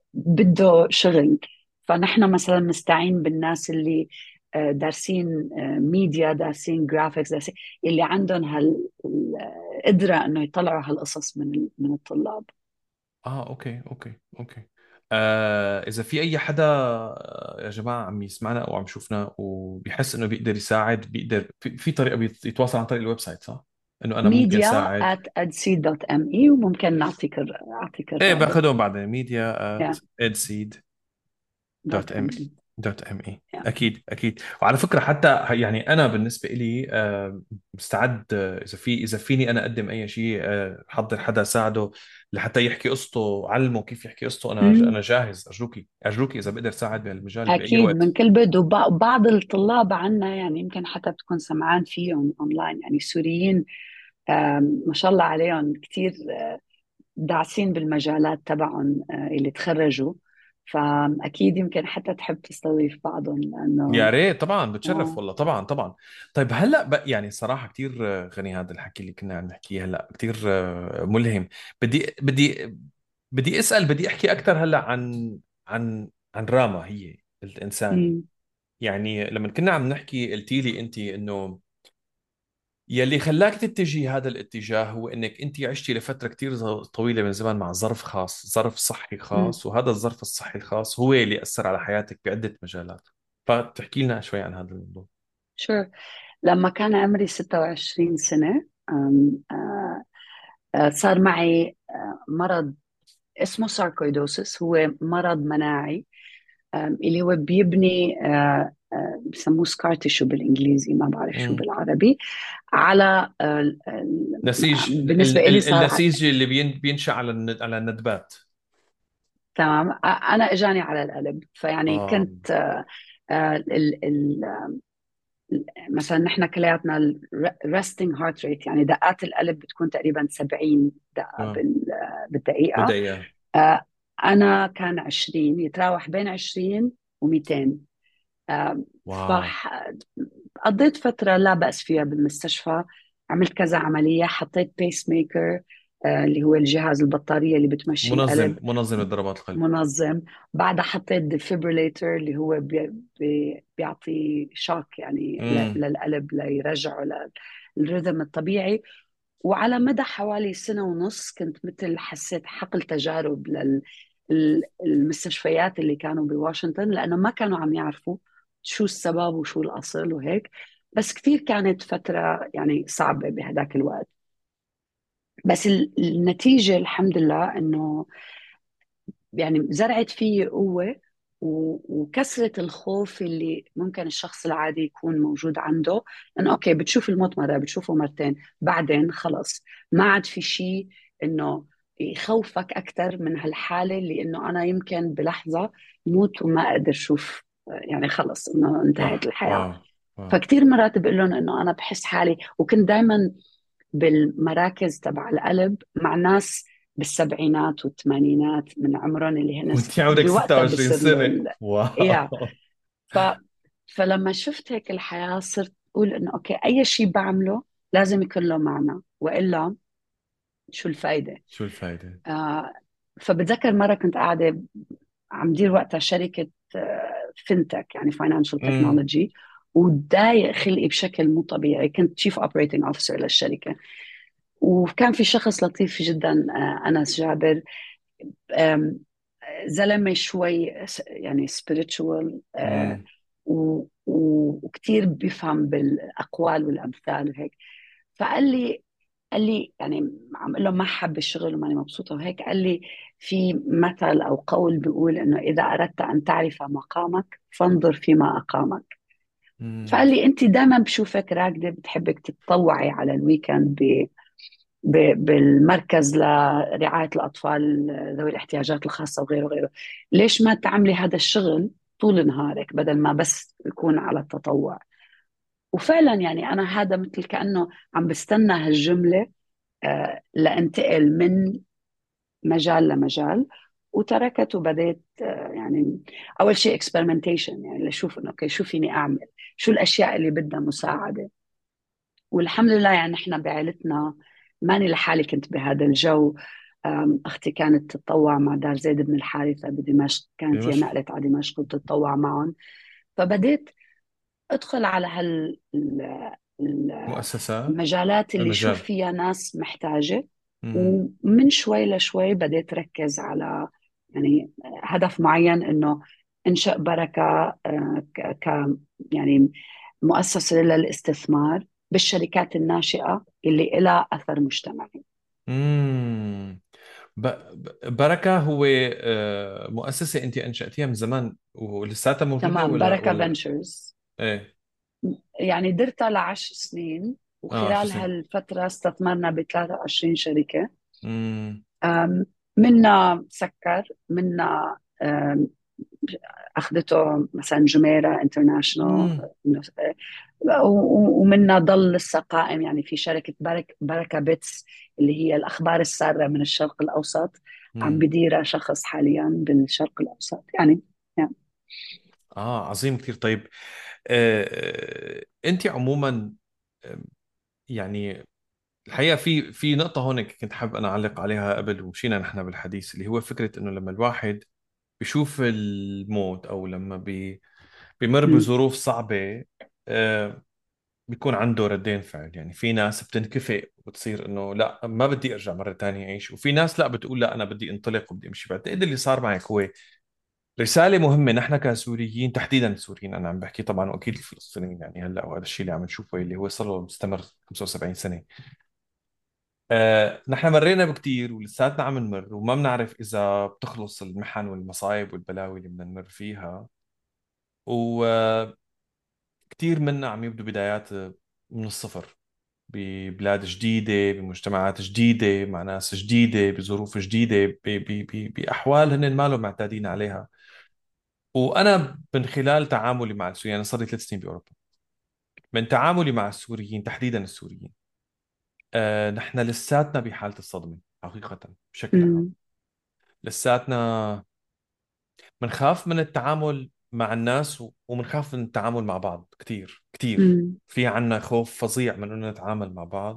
بده شغل. فنحن مثلا مستعين بالناس اللي آه، دارسين آه، ميديا، دارسين جرافيكس، دارسين اللي عندهم هالقدرة إنه يطلعوا هالقصص من ال- من الطلاب. اه اوكي اوكي اوكي. آه اذا في اي حدا آه، يا جماعه عم يسمعنا او عم يشوفنا وبيحس انه بيقدر يساعد، بيقدر في, في طريقه بيت- يتواصل عن طريق الويب سايت، صح؟ انه انا ممكن ميديا ساعد. at ادسي دوت ام اي، وممكن نعطيك الر- اعطيك ايه الرابط. باخذهم بعدين. ميديا yeah. at edseed دوت دوت ام ام اي اي. دوت ام اي. yeah. اكيد اكيد. وعلى فكره حتى يعني انا بالنسبه لي آه، مستعد، آه، اذا في اذا فيني انا اقدم اي شيء، آه، حضر حدا ساعده لحتى يحكي قصته، علمه كيف يحكي قصته، انا مم. انا جاهز. ارجوكي ارجوكي اذا بقدر ساعد بهالمجال باي أكيد من وقت. كل بد. وبعض الطلاب عنا يعني يمكن حتى بتكون سمعان فيهم أونلاين، يعني سوريين، آم، ما شاء الله عليهم كثير داعسين بالمجالات تبعهم، آه، اللي تخرجوا. فأكيد يمكن حتى تحب تستضيف بعضهم يا لأنه ريت طبعا، بتشرف آه والله. طبعا طبعا. طيب هلا بقى يعني صراحه كثير غني هذا الحكي اللي كنا عم نحكيه هلا، كثير ملهم. بدي بدي بدي اسال، بدي احكي اكثر هلا عن عن عن راما، هي الانسانه. مم. يعني لما كنا عم نحكي قلتي لي انت انه يلي خلاك تتجهي هذا الاتجاه هو انك انت عشتي لفتره كثير طويله من الزمن مع ظرف خاص، ظرف صحي مم. خاص، وهذا الظرف الصحي الخاص هو اللي اثر على حياتك بعده مجالات. فتحكي لنا شوي عن هذا الموضوع. شو، لما كان عمري ستة وعشرين سنة، آم، آه، آه، صار معي آه، مرض اسمه ساركويدوسيس. هو مرض مناعي، آم، اللي هو بيبني، آه، آه، بسموه سكار تيشو بالإنجليزي، ما بعرف شو مم. بالعربي. على آه، ال- نسيج ال بالنسبة إلي ال صار ع- النسيج اللي بين بينشأ على الند على الندبات. تمام. آه، أنا إجاني على القلب، فيعني اه. كنت، آه، آه، ال- ال- مثلا نحن كلياتنا الريستنج هارت ريت، يعني دقات القلب بتكون تقريبا سبعين دقة اه بال- بالدقيقة. بدأ. آه، أنا كان عشرين، يتراوح بين عشرين و200. واو. فقضيت فترة لا بأس فيها بالمستشفى. عملت كذا عملية، حطيت بيس ميكر آه اللي هو الجهاز البطارية اللي بتمشي منظم القلب، منظم لضربات القلب. منظم. بعدها حطيت ديفيبريليتر اللي هو بي بي بيعطي شوك يعني ل- امم. للقلب ليرجعه للرذم الطبيعي. وعلى مدى حوالي سنة ونص كنت مثل حسيت حقل تجارب للمستشفيات اللي كانوا بواشنطن، لأنه ما كانوا عم يعرفوا شو السبب وشو الأصل وهيك. بس كثير كانت فترة يعني صعبة بهداك الوقت. بس ال- النتيجة الحمد لله إنه يعني زرعت فيه قوة، و- وكسرت الخوف اللي ممكن الشخص العادي يكون موجود عنده. انه اوكي بتشوف الموت مرة، بتشوفه مرتين، بعدين خلص ما عاد في شيء انه يخوفك اكثر من هالحالة اللي انه انا يمكن بلحظة موت وما اقدر اشوف، يعني خلص انه انتهت صح. الحياة. واو. واو. فكتير مرات بقول لهم انه انا بحس حالي، وكنت دائما بالمراكز تبع القلب مع ناس بالسبعينات والثمانينات من عمرهم، اللي هن س- وانت عمرك بوقتها ستة وعشرين بصير له سنة؟ ال... يا واو. ف... فلما شفت هيك الحياة صرت أقول إنه أوكي أي شيء بعمله لازم يكون له معنى، وإلا شو الفايدة؟ شو الفائدة؟ آه فبتذكر مرة كنت قاعدة عم دير وقتها شركة آه فينتك، يعني فاينانشال امم. تكنولوجي، وضايق خلقي بشكل مو طبيعي. كنت تشيف اوبريتنج اوفيسر للشركة، وكان في شخص لطيف جدا آه أنس جابر، آم، زلمة شوي س- يعني spiritual، آه، امم. و- و- وكتير بيفهم بالأقوال والأمثال وهيك. فقال لي قال لي يعني عم اقول له ما حب الشغل وماني مبسوطه وهيك، قال لي في مثل او قول بيقول انه اذا اردت ان تعرف مقامك فانظر فيما اقامك. امم. فقال لي انت دائما بشوفك راكده بتحبك تتطوعي على الويكند ب- بالمركز لرعاية الأطفال ذوي الاحتياجات الخاصة وغيره وغيره. ليش ما تعملي هذا الشغل طول نهارك بدل ما بس يكون على التطوع؟ وفعلا يعني أنا هذا مثل كأنه عم بستنى هالجملة آه، لأنتقل من مجال لمجال، وتركت وبديت آه، يعني أول شيء experimentation، يعني لشوف إنه أوكي شو فيني أعمل، شو الأشياء اللي بدها مساعدة. والحمد لله يعني احنا بعائلتنا ماني لحالي كنت بهذا الجو. أم، اختي كانت تتطوع مع دار زيد بن الحارثة بدمشق، كانت هي دمشق. نقلت على دمشق وتتطوع معهم. فبديت ادخل على هال ال- ال- مؤسسات. المجالات اللي شوف المجال. فيها ناس محتاجة. امم. ومن شوي لشوي بديت ركز على يعني هدف معين، انه انشأ بركة آه، ك ك- يعني مؤسسة للاستثمار بالشركات الناشئة اللي لها أثر مجتمعي. امم. ب... ب- بركة هو آه، مؤسسة انت انشأتيها من زمان ولساتها موجودة تمام، ولا بركة ولا فنتشرز. ايه؟ يعني درتها لعشر سنين، اه، عشر وخلال سنين. هالفترة استثمرنا ب ثلاثة وعشرين شركة. امم. أم، منا سكر، منا أم، أخذته مثلا جميرة انترناشونال، امم. ومنا ضل لسه قائم. يعني في شركة برك بركة بيتس اللي هي الأخبار السارة من الشرق الأوسط، عم امم. بديرها شخص حاليا بالشرق الأوسط يعني, يعني. اه، عظيم كثير. طيب، آه آه، انت عموما، آه، يعني الحقيقة في في نقطة هون كنت حابب أنا أعلق عليها قبل ومشينا نحن بالحديث، اللي هو فكرة إنه لما الواحد بيشوف الموت أو لما بي بيمر مم. بظروف صعبة، آه، بيكون عنده ردين فعل. يعني في ناس بتنكفئ وبتصير إنه لا ما بدي أرجع مرة تانية أعيش، وفي ناس لا بتقول لا أنا بدي أنطلق وبدي أمشي. بعتقد اللي صار معك هو رسالة مهمة. نحن كسوريين تحديدا، السوريين أنا عم بحكي طبعا، وأكيد الفلسطينيين يعني هلا، وهذا الشيء اللي عم نشوفه اللي هو صار له مستمر خمسة وسبعين سنة. آه، نحن مرينا بكتير ولساتنا عم نمر، وما بنعرف إذا بتخلص المحن والمصايب والبلاوي اللي بدنا نمر فيها. وكتير منا عم يبدوا بدايات من الصفر، ببلاد جديدة، بمجتمعات جديدة، مع ناس جديدة، بظروف جديدة، ب- ب- ب- بأحوال هن ما لهم معتادين عليها. وأنا من خلال تعاملي مع السوريين، أنا صار لي ثلاث سنين بأوروبا، من تعاملي مع السوريين تحديدا السوريين، آه، نحن لساتنا بحالة الصدمة حقيقة بشكل عام. مم. لساتنا بنخاف من التعامل مع الناس و- ومنخاف من التعامل مع بعض كتير كتير. امم. في عنا خوف فظيع من انه نتعامل مع بعض،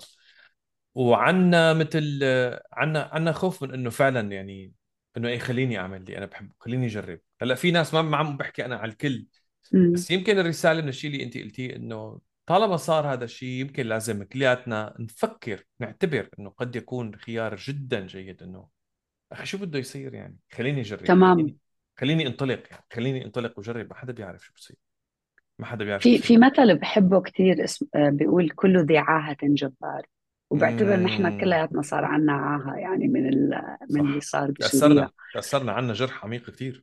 وعنا مثل عنا عنا خوف من انه فعلا يعني انه ايه، خليني اعمل اللي انا بحبه، خليني اجرب. هلا في ناس ما ما عم بحكي انا على الكل، امم. بس يمكن الرسالة من الشيء اللي انت قلتيه انه طالما صار هذا الشيء يمكن لازم كلياتنا نفكر نعتبر انه قد يكون خيار جدا جيد انه اخي شو بده يصير يعني، خليني اجرب، تمام. خليني خليني انطلق يعني، خليني انطلق وجرب، ما حدا بيعرف شو بصير، ما حدا بيعرف شو في بصير. في مثل بحبه كثير، اسم آه، بيقول: كل ذي عاهة جبار. وبعتبر نحن امم. كلياتنا صار عنا عاهة يعني من ال- من اللي صح. صار بسوريا. تأثرنا تأثرنا عنا جرح عميق كثير.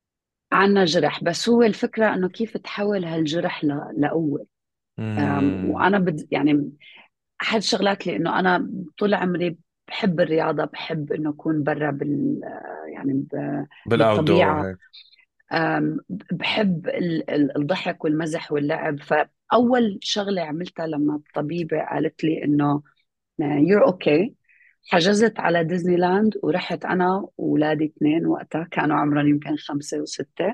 عنا جرح، بس هو الفكرة انه كيف تحول هالجرح ل- لقوة. أم، امم. وانا بد يعني احد الشغلات اللي انه انا طول عمري بحب الرياضة، بحب انه اكون برا بال يعني ب- بالاوت دور بالطبيعة. هيك. أم، بحب ال- ال- الضحك والمزح واللعب. فأول شغلة عملتها لما الطبيبة قالت لي إنه يور أوكي، حجزت على ديزني لاند ورحت أنا وولادي اثنين، وقتها كانوا عمرهم يمكن خمسة وستة،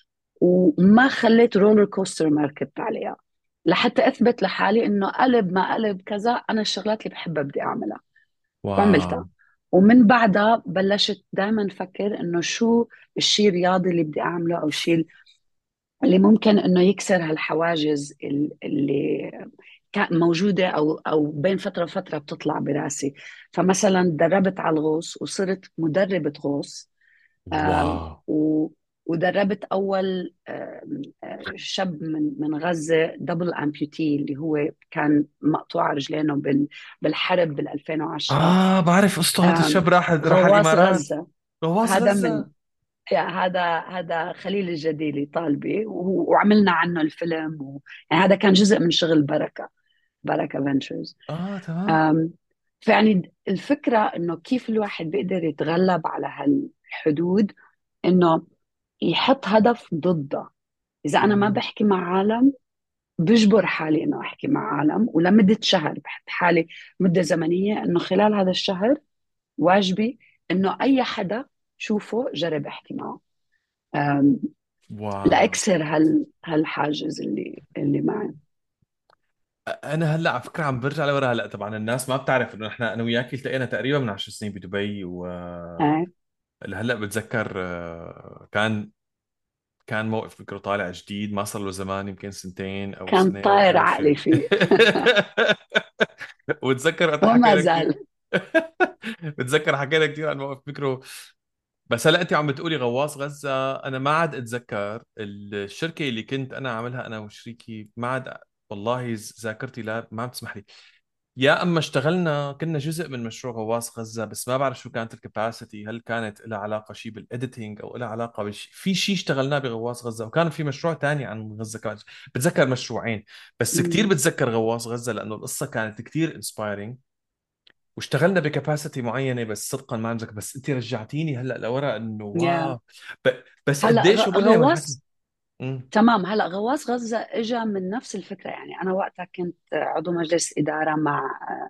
وما خليت رولر كوستر ما ركبت عليها، لحتى أثبت لحالي إنه قلب ما قلب كذا، أنا الشغلات اللي بحبها بدي أعملها. واو. وعملتها. ومن بعدها بلشت دائما أفكر إنه شو الشيء الرياضي اللي بدي أعمله، أو الشيء اللي ممكن انه يكسر هالحواجز ال- اللي كان موجودة او او بين فترة وفترة بتطلع براسي. فمثلا دربت على الغوص وصرت مدربة غوص. آم، واو. و ودربت اول آم، آه، شاب من من غزة دبل امبيوتي، اللي هو كان مقطوع رجلينه بال- بالحرب بال ألفين وعشرة. اه بعرف قصته، هذا آم، الشاب راح راح على غواص الامارات. غزة. غواص هذا من غزة. يعني هذا هذا خليل الجديلي طالبي، وهو- وعملنا عنه الفيلم و... يعني هذا كان جزء من شغل بركة، بركة فينتشرز. اه تمام. أم، فيعني الفكرة إنه كيف الواحد بيقدر يتغلب على هالحدود، إنه يحط هدف ضده. إذا أنا ما مم. بحكي مع عالم، بجبر حالي إنه أحكي مع عالم، ولمدة شهر بحط حالي مدة زمنية إنه خلال هذا الشهر واجبي إنه أي حدا شوفه جرب أحكي معه. واو. لاكسر هال هالحاجز اللي اللي معي. انا هلا على فكره عم برجع لورا. هلا طبعا الناس ما بتعرف انه احنا انا وياك التقينا تقريبا من عشر سنين بدبي، و آه. هلا بتذكر آه، كان كان موقف ميكرو طالع جديد، ما صار له زمان، يمكن سنتين او كان سنه طاير واحده وشوي. عقلي فيه. وتذكر وقت وما حكينا كثير. زال. بتذكر حكينا كثير عن موقف ميكرو. بس هلا انت عم بتقولي غواص غزة، انا ما عاد اتذكر الشركة اللي كنت انا عاملها انا وشريكي، ما عاد والله ذاكرتي لا ما عم تسمح لي. يا اما اشتغلنا كنا جزء من مشروع غواص غزة، بس ما بعرف شو كانت الكباسيتي، هل كانت لها علاقة شيء بالإديتينج او لها علاقة بشيء في شيء اشتغلناه بغواص غزة، وكان في مشروع تاني عن غزة كمان. بتذكر مشروعين، بس كتير مم. بتذكر غواص غزة لانه القصة كانت كتير انسبايرنج، واشتغلنا بكباسيتي معينه. بس صدقا ما عندك، بس انت رجعتيني هلا لورا انه يا واو. ب... بس هلا قديش غ- وملهم الحكي. غواص. امم. تمام. هلا غواص غزة اجى من نفس الفكره. يعني انا وقتها كنت عضو مجلس اداره مع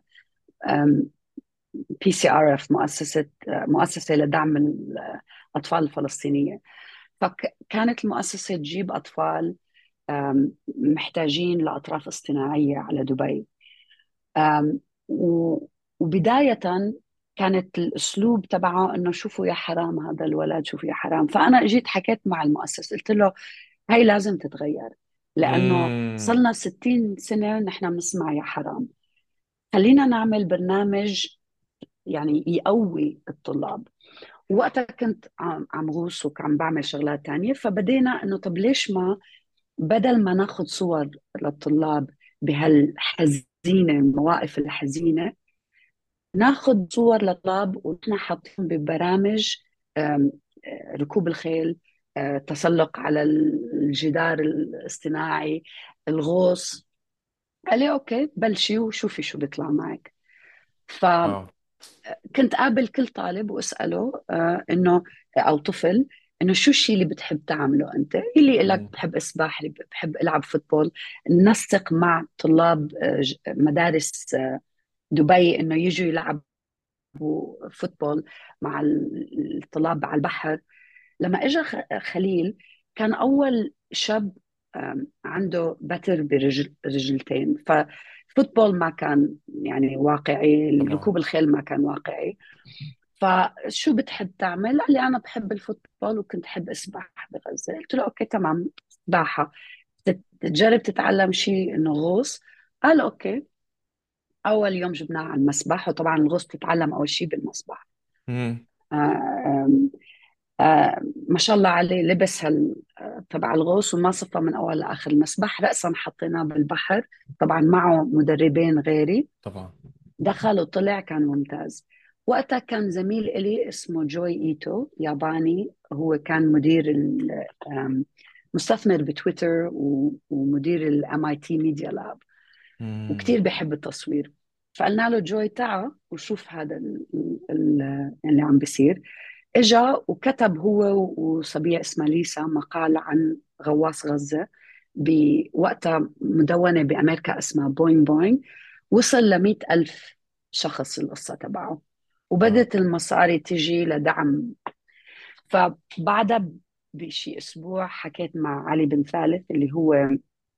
بي سي ار اف، مؤسسه مؤسسه لدعم الاطفال الفلسطينيه. فكانت المؤسسه تجيب اطفال آم، محتاجين لاطراف اصطناعيه على دبي. أم، و- وبداية كانت الأسلوب تبعه إنه شوفوا يا حرام هذا الولد، شوفوا يا حرام. فأنا جيت حكيت مع المؤسس، قلت له هاي لازم تتغير، لأنه امم. صلنا ستين سنة نحن بنسمع يا حرام. خلينا نعمل برنامج يعني يقوي الطلاب. وقتها كنت عم عم غوص وعم بعمل شغلات تانية، فبدينا إنه طب ليش ما بدل ما ناخذ صور للطلاب بهالحزينة، المواقف الحزينة، ناخذ صور لطلاب ونحن حاطين ببرامج آم، آه، ركوب الخيل، آه، تسلق على الجدار الاصطناعي، الغوص. قال لي اوكي بلشي وشوفي شو بيطلع معك. فكنت واو. قابل كل طالب واساله آه، انه او طفل انه شو الشيء اللي بتحب تعمله انت، اللي يقول لك مم. بحب اسبح، اللي بحب العب فوتبول. ننسق مع طلاب آه، ج- مدارس آه، دبي انه يجوا يلعبوا فوتبول مع الطلاب على البحر. لما اجى خ- خليل، كان اول شاب آم، عنده بتر برجل رجلتين. ففوتبول ما كان يعني واقعي، طبعا. ركوب الخيل ما كان واقعي. فشو بتحب تعمل؟ قال لي أنا بحب الفوتبول وكنت أحب أسبح بغزة. قلت له أوكي تمام، سباحة. تجرب تتعلم شيء إنه غوص؟ قال أوكي. أول يوم جبناه على المسبح، وطبعا الغوص تتعلم أول شيء بالمسبح. امم. آه، آه ما شاء الله عليه، لبس هال آه، تبع الغوص وما صفى من اول لاخر المسبح. رأسا حطيناه بالبحر، طبعا معه مدربين غيري. طبعا. دخل وطلع، كان ممتاز. وقتها كان زميل إلي اسمه جوي إيتو، ياباني. هو كان مدير ال- آم، مستثمر بتويتر و- ومدير الام اي تي ميديا لاب، امم. وكتير بيحب التصوير. فقلنا له جوي تعا وشوف هذا ال- ال- اللي عم بيصير. اجا وكتب هو وصبية اسمها ليسا مقال عن غواص غزة، بوقتها مدونة بأمريكا اسمها بوينغ بوينغ. وصل لمئة ألف شخص القصة تبعه، اه. وبدت المصاري تجي لدعم. فبعدها بشي أسبوع حكيت مع علي بن ثالث اللي هو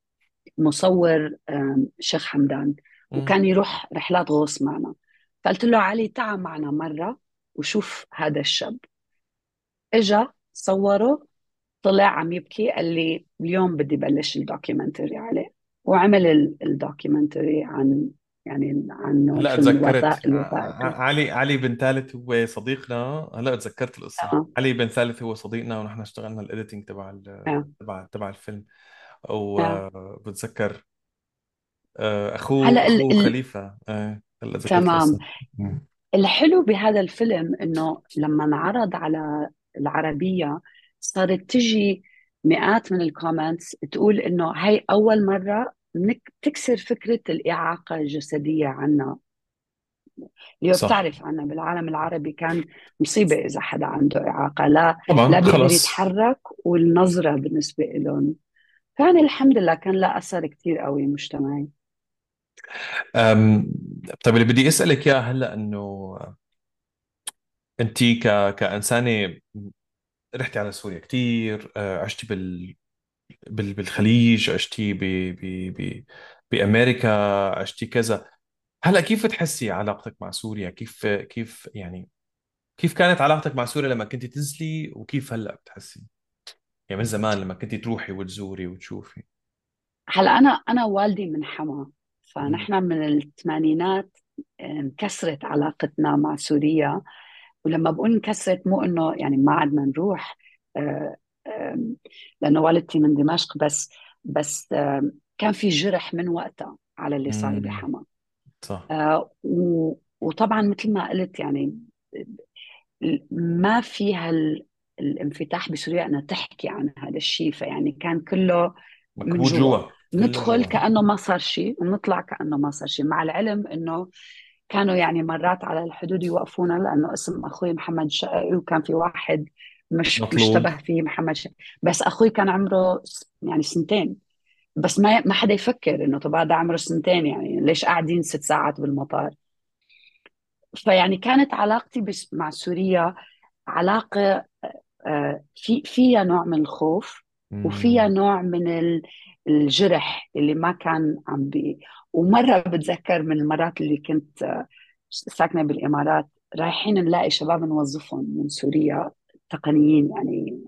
مصور آم، شيخ حمدان، امم. وكان يروح رحلات غوص معنا. فقلت له علي تعا معنا مرة وشوف هذا الشاب. اجا صوره، طلع عم يبكي، قال لي اليوم بدي بلش الدوكيومنتري عليه. وعمل ال- الدوكيومنتري عن يعني عنه هلا في تذكرت الوثائق ع- الوثائقي. ع- علي علي بن ثالث هو صديقنا. هلا تذكرت القصه. اه علي بن ثالث هو صديقنا، ونحن اشتغلنا الايديتنج تبع ال- اه تبع تبع الفيلم. اه وبتذكر آه، اخوه هلا اخوه ال... ال... خليفه. آه، هلا ذكرت تمام. القصه. مم. الحلو بهذا الفيلم انه لما انعرض على العربية صارت تجي مئات من الكومنتس تقول انه هاي اول مرة نك- تكسر فكرة الإعاقة الجسدية عنا. اليوم صح. بتعرف عنا بالعالم العربي كان مصيبة إذا حدا عنده إعاقة، لا لا طبعا بيقدر خلص. يتحرك، والنظرة بالنسبة لهم. فيعني الحمد لله كان لها أثر كتير قوي مجتمعي. أم، طيب اللي بدي اسالك اياه هلا انه انت ك كانسانه رحتي على سوريا كثير، عشتي بال بال- بالخليج، عشتي ب... ب... ب... بأمريكا، عشتي كذا. هلا كيف تحسي علاقتك مع سوريا؟ كيف كيف يعني كيف كانت علاقتك مع سوريا لما كنت تنزلي، وكيف هلا بتحسي؟ يعني من زمان لما كنت تروحي وتزوري وتشوفي. هلا أنا أنا والدي من حما، مم. فنحن من الثمانينات انكسرت علاقتنا مع سوريا. ولما بقول انكسرت مو إنه يعني ما عدنا نروح، آه، آم، لأنه والدتي من دمشق. بس بس آم، كان في جرح من وقتها على اللي صار مم. بحما. صح. آه و- وطبعا مثل ما قلت يعني ما فيها ال- الانفتاح بسوريا انها تحكي عن هذا الشيء. فيعني كان كله من مكبوت جوا، جوا، كله ندخل جوا. كأنه ما صار شيء ونطلع كأنه ما صار شيء. مع العلم انه كانوا يعني مرات على الحدود يوقفونا لانه اسم اخوي محمد شقيقي، وكان في واحد مش مطلوب. مشتبه فيه محمد شقيقي. بس اخوي كان عمره س- يعني سنتين. بس ما ما حدا يفكر انه طب هذا عمره سنتين يعني ليش قاعدين ست ساعات بالمطار. فيعني كانت علاقتي بس مع سوريا علاقة آه، في فيها نوع من الخوف، وفيها مم. نوع من ال- الجرح اللي ما كان عم بي. ومرة بتذكر من المرات اللي كنت آه، ساكنة بالإمارات، رايحين نلاقي شباب نوظفهم من سوريا، تقنيين يعني.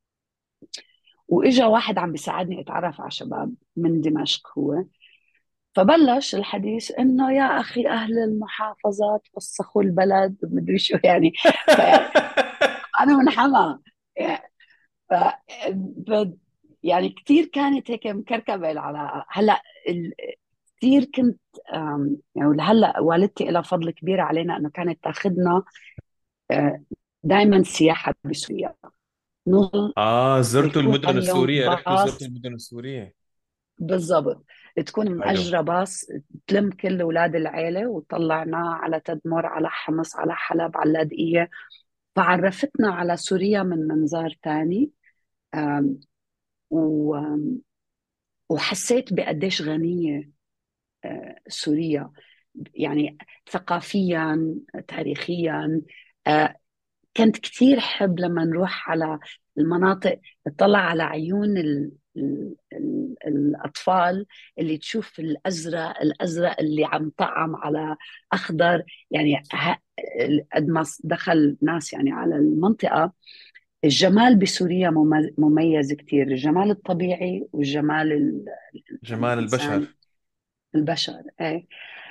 وإجا واحد عم بيساعدني أتعرف على شباب من دمشق هو. فبلش الحديث انه يا اخي اهل المحافظات وسخوا البلد ومدري شو يعني. فانا من حما ف ب- يعني كثير كانت هيك مكركبه العلاقه. هلا ال- كثير كنت آم، يعني هلا والدتي لها فضل كبير علينا انه كانت تاخذنا دائما سياحه بسوريا. نوصل اه، زرتوا يكون المدن اليوم السورية، رحتوا زرتوا باص. المدن السورية. بالضبط، تكون حلو. مأجرة باص تلم كل أولاد العيلة وطلعناه على تدمر، على حمص، على حلب، على اللاذقية. فعرفتنا على سوريا من منظار تاني. آم، و- آم، وحسيت بقديش غنية آه، سوريا، يعني ثقافيا، تاريخيا. آه، كنت كثير حب لما نروح على المناطق، نطلع على عيون ال ال الأطفال اللي تشوف الأزرق الأزرق اللي عم طعم على أخضر. يعني ه- قد ما دخل ناس يعني على المنطقة، الجمال بسوريا مميز مميز كتير، الجمال الطبيعي والجمال ال- يعني جمال الإنسان، البشر. البشر. ايه.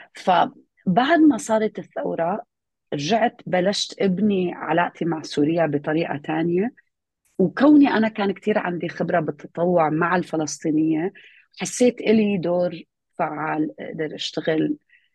فبعد ما صارت الثورة، رجعت بلشت ابني علاقتي مع سوريا بطريقة تانية. وكوني أنا كان كتير عندي خبرة بالتطوع مع الفلسطينية، حسيت إلي دور فعال أقدر أشتغل.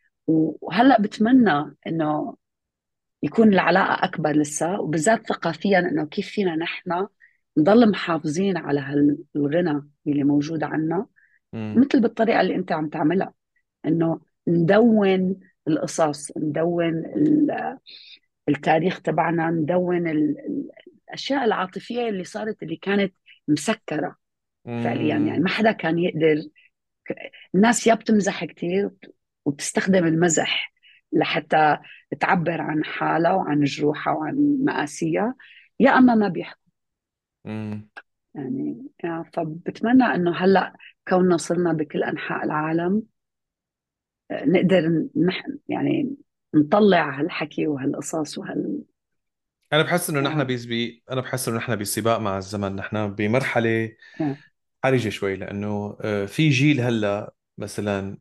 وهلأ بتمنى إنه يكون العلاقة أكبر لسه، وبالذات ثقافيا، إنه كيف فينا نحن نضل محافظين على هالغنى اللي موجود عنا، امم. مثل بالطريقة اللي أنت عم تعملها، إنه ندون القصص، ندون ال- التاريخ تبعنا، ندون ال- ال- الأشياء العاطفية اللي صارت، اللي كانت مسكرة فعليا. يعني امم. ما حدا كان يقدر. الناس يا بتمزح كتير وبتستخدم المزح لحتى تعبر عن حالها وعن جروحها وعن مآسيها، يا أما ما بيحكوا. امم. يعني يعني فبتمنى إنه هلأ كوننا صرنا بكل أنحاء العالم، آه، نقدر نحن يعني نطلع هالحكي وهالقصص وهال انا بحس انه نحن يعني بسبي انا بحس انه نحن بسباق مع الزمن، نحن بمرحله يعني حرجه شوي، لانه آه، في جيل هلا مثلا،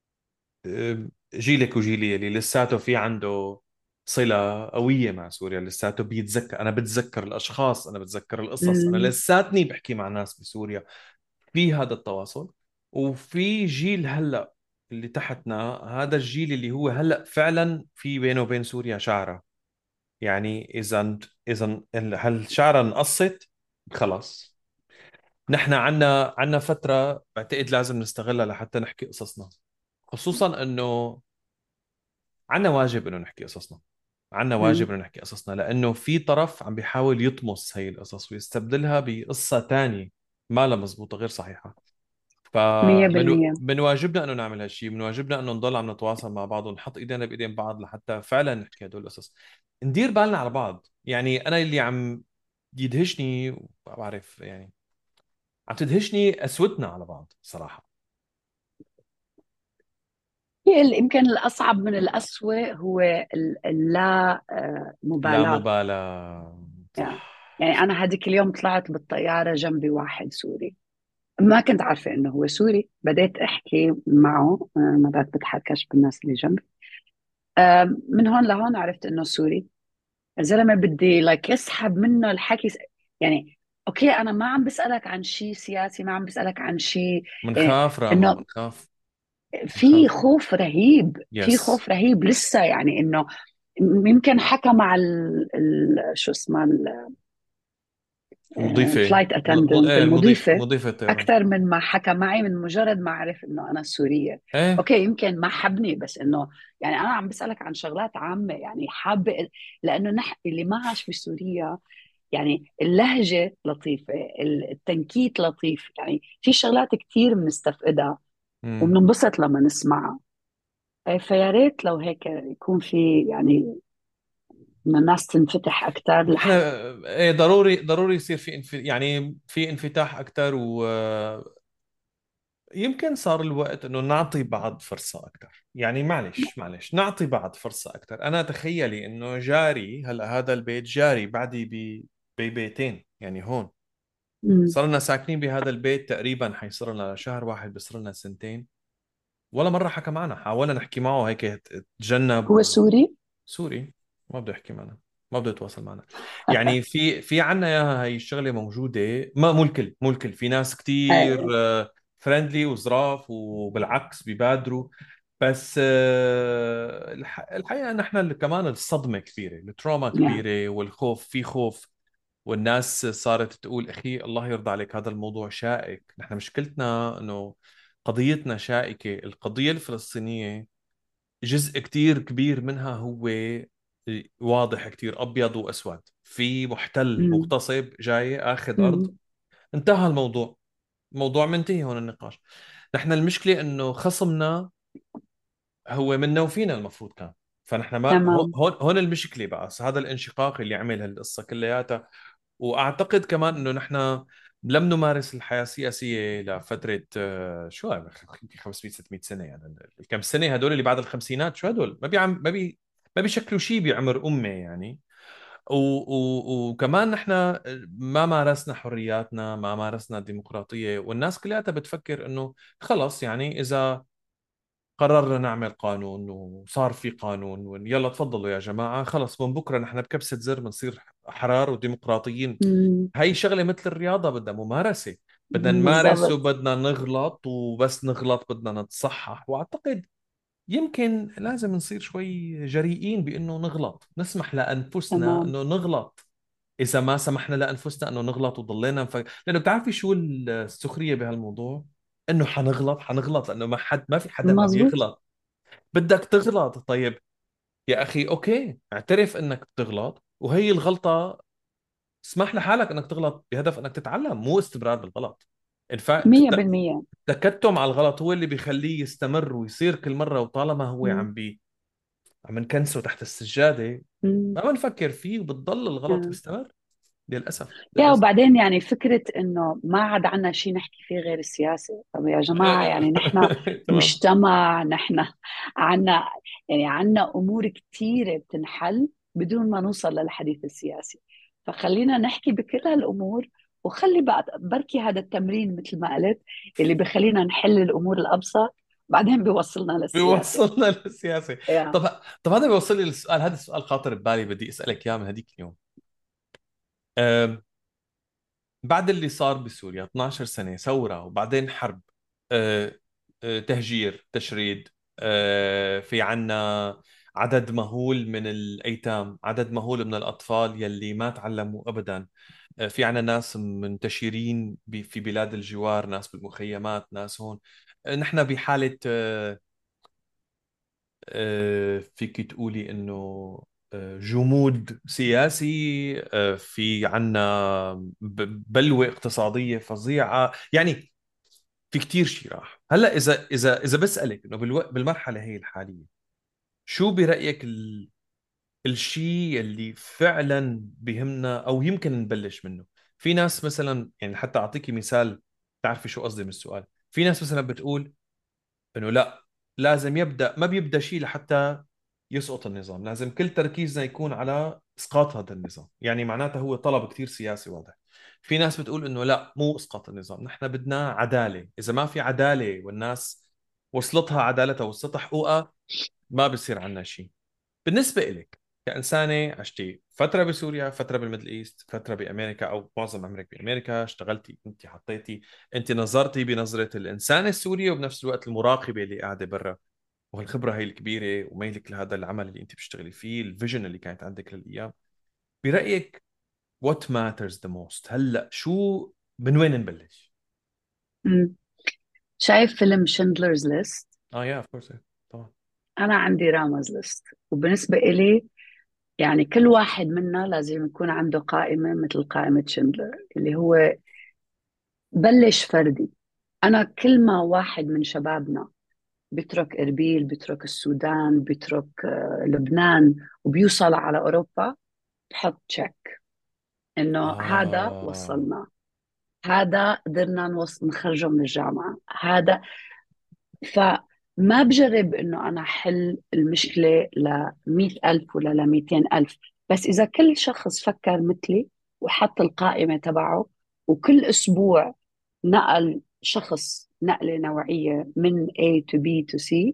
آه، جيلك وجيلي اللي لساته في عنده صلة قوية مع سوريا، لساته بيتذكر، أنا بتذكر الأشخاص، أنا بتذكر القصص، أنا أمم، لساتني بحكي مع ناس بسوريا، في هذا التواصل. وفي جيل هلأ اللي تحتنا، هذا الجيل اللي هو هلأ فعلا في بينه وبين سوريا شعرة. يعني إذا إذا هالشعرة انقصت خلاص، نحن عنا عنا فترة بعتقد لازم نستغلها لحتى نحكي قصصنا، خصوصا انه عنا واجب انه نحكي قصصنا. عنا واجب أمم، انه نحكي قصصنا لانه في طرف عم بيحاول يطمس هي القصص ويستبدلها بقصة تانية ما لها مزبوطة، غير صحيحة. فمن مية بالمية. من واجبنا انه نعمل هالشيء، من واجبنا انه نضل عم نتواصل مع بعض ونحط ايدينا بايدين بعض لحتى فعلا نحكي هدول القصص، ندير بالنا على بعض. يعني انا اللي عم يدهشني، ما بعرف يعني، عم تدهشني قسوتنا على بعض صراحة. هي ال- يمكن الأصعب من الأسوأ هو ال- اللا آه، لا مبالاة. مبالاة. يعني صح. يعني أنا هذيك اليوم طلعت بالطيارة جنبي واحد سوري، ما كنت عارفة إنه هو سوري. بديت أحكي معه، آه، مرات بتحركش بالناس اللي جنبي. آه، من هون لهون عرفت إنه سوري. الزلمة بدي لايك يسحب منه الحكي. يعني أوكي، أنا ما عم بسألك عن شيء سياسي، ما عم بسألك عن شيء، يعني منخاف راما، إنه منخاف. في منخاف. خوف رهيب، في يس. خوف رهيب لسه. يعني إنه يمكن حكى مع ال ال شو اسمه مضيفة الفلايت م... م... اتندنت، ايه المضيف، المضيفة، مضيفة الطيران. اكثر من ما حكى معي، من مجرد ما عرف انه انا سورية. ايه. اوكي، يمكن ما حبني، بس انه يعني انا عم بسألك عن شغلات عامة، يعني حابة، لانه نح اللي ما عاش بسوريا، يعني اللهجة لطيفة، التنكيت لطيف، يعني في شغلات كثير بنستفقدها مم. وبننبسط لما نسمعها. إيه، فيا ريت لو هيك يكون في يعني إن الناس تنفتح اكثر نحن لحد. ايه ضروري، ضروري يصير في انف... يعني في انفتاح اكثر، ويمكن صار الوقت انه نعطي بعض فرصة اكثر. يعني معلش معلش نعطي بعض فرصة اكثر. انا تخيلي انه جاري هلا، هذا البيت جاري بعدي ب... ببيتين يعني هون، مم. صرنا ساكنين بهذا البيت تقريبا حيصير لنا شهر واحد، بصير لنا سنتين، ولا مرة حكى معنا. حاولنا نحكي معه هيك تجنب هو و... سوري؟ سوري. ما بده يحكي معنا، ما بده يتواصل معنا. يعني في في عنا اياها هي الشغله موجوده، ما مو الكل، مو الكل، في ناس كتير ايه. فريندلي وظراف وبالعكس بيبادروا. بس آه، الح- الحقيقه نحن اللي كمان الصدمه كبيره، التروما yeah. كبيره، والخوف في خوف. والناس صارت تقول اخي الله يرضى عليك هذا الموضوع شائك. نحن مشكلتنا انه قضيتنا شائكه. القضيه الفلسطينيه جزء كتير كبير منها هو واضح كتير، أبيض وأسود. في محتل مم. مغتصب جاي أخذ أرض، مم. انتهى الموضوع، موضوع منتهي هون النقاش. نحن المشكلة إنه خصمنا هو منا وفينا المفروض كان. فنحن ما هون تمام. هون هون المشكلة بقى، هذا الانشقاق اللي عمل هالقصة كلياتها. وأعتقد كمان إنه نحن لم نمارس الحياة السياسية لفترة آه، شو خمسمية ستمية سنة، يعني الكم سنة هدول اللي بعد الخمسينات شو هدول، ما بيعم ما بي ما بيشكلوا شيء بعمر أمة يعني. و و وكمان نحن ما مارسنا حرياتنا، ما مارسنا الديمقراطية، والناس كلها بتفكر إنه خلص يعني إذا قررنا نعمل قانون وصار في قانون يلا تفضلوا يا جماعة، خلص من بكرة نحن بكبسة زر بنصير أحرار وديمقراطيين. مم. هاي شغلة مثل الرياضة بدها ممارسة، بدنا نمارس بالضبط. وبدنا نغلط، وبس نغلط بدنا نتصحح. وأعتقد يمكن لازم نصير شوي جريئين بأنه نغلط، نسمح لأنفسنا تمام. أنه نغلط. إذا ما سمحنا لأنفسنا أنه نغلط وضلينا مف... لأنه بتعرفي شو السخرية بهالموضوع؟ أنه حنغلط حنغلط لأنه ما حد ما في حدا ما مزبوط. بيغلط. بدك تغلط طيب يا أخي، أوكي اعترف أنك بتغلط، وهي الغلطة اسمح لحالك أنك تغلط بهدف أنك تتعلم، مو استمرار بالغلط. إن فاكت مية بالمية. التكتم على الغلط هو اللي بيخليه يستمر ويصير كل مرة، وطالما هو مم. عم بي عم نكنسه تحت السجادة مم. ما بنفكر فيه، وبتضل الغلط آه. بيستمر. للأسف يا للأسف. وبعدين يعني فكرة إنه ما عاد عنا شيء نحكي فيه غير السياسة. طب يا جماعة يعني نحن تمام. مجتمع، نحن عنا يعني عنا أمور كثيرة بتنحل بدون ما نوصل للحديث السياسي. فخلينا نحكي بكل هالأمور، وخلي بعد بركي هذا التمرين مثل ما قلت اللي بخلينا نحل الأمور الأبسط بعدين بيوصلنا للسياسة. بيوصلنا للسياسة. يا طب طب هذا بيوصل لي للسؤال، هذا السؤال خاطر ببالي بدي أسألك إياه من هذيك اليوم. أم، بعد اللي صار بسوريا اثني عشر سنة ثورة وبعدين حرب، أه، أه، تهجير تشريد، أه، في عنا عدد مهول من الأيتام، عدد مهول من الأطفال يلي ما تعلموا أبدا، أه، في عنا ناس منتشرين ب- في بلاد الجوار، ناس بالمخيمات، ناس هون. أه، نحن بحالة أه، أه، فيك تقولي إنه أه، جمود سياسي، أه، في عنا ب- بلوى اقتصادية فظيعة يعني، في كتير شيء راح. هلا اذا اذا اذا بسالك انه بالو... بالمرحله هي الحاليه شو برايك ال... الشيء اللي فعلا بيهمنا او يمكن نبلش منه؟ في ناس مثلا، يعني حتى اعطيكي مثال تعرفي شو قصدي من السؤال، في ناس مثلا بتقول انه لا، لازم يبدا، ما بيبدا شيء لحتى يسقط النظام، لازم كل تركيزنا يكون على اسقاط هذا النظام، يعني معناته هو طلب كثير سياسي واضح. في ناس بتقول انه لا، مو اسقاط النظام، نحن بدنا عداله، اذا ما في عداله والناس وصلتها عدالتها وصلتها حقوقها ما بصير عنا شيء. بالنسبه إلك كإنسانة عشتي فترة بسوريا، فترة بالميدل إيست، فترة بأمريكا أو معظم عمرك بأمريكا، اشتغلتي أنت، حطيتي أنت نظرتي بنظرة الإنسان السوري وبنفس الوقت المراقبة اللي قاعدة برا، وهالخبرة هي الكبيرة وميلك لهذا العمل اللي أنت بتشتغلي فيه، الفيجن اللي كانت عندك للأيام، برأيك what matters the most هلأ؟ شو من وين نبلش؟ مم. شايف فيلم شندلرز ليست؟ اه يا اوف كورس طبعا. أنا عندي رامز ليست، وبالنسبة إلي يعني كل واحد منا لازم يكون عنده قائمة مثل قائمة شندلر، اللي هو بلش فردي. أنا كل ما واحد من شبابنا بيترك إربيل، بيترك السودان، بيترك آه، لبنان وبيوصل على أوروبا، بحط تشيك إنه هذا اه. وصلنا، هذا قدرنا نوصل نخرجه من الجامعة، هذا. فما بجرب إنه أنا أحل المشكلة لمئة ألف ولا لمئتين ألف، بس إذا كل شخص فكر مثلي وحط القائمة تبعه، وكل أسبوع نقل شخص نقلة نوعية من A to B to C،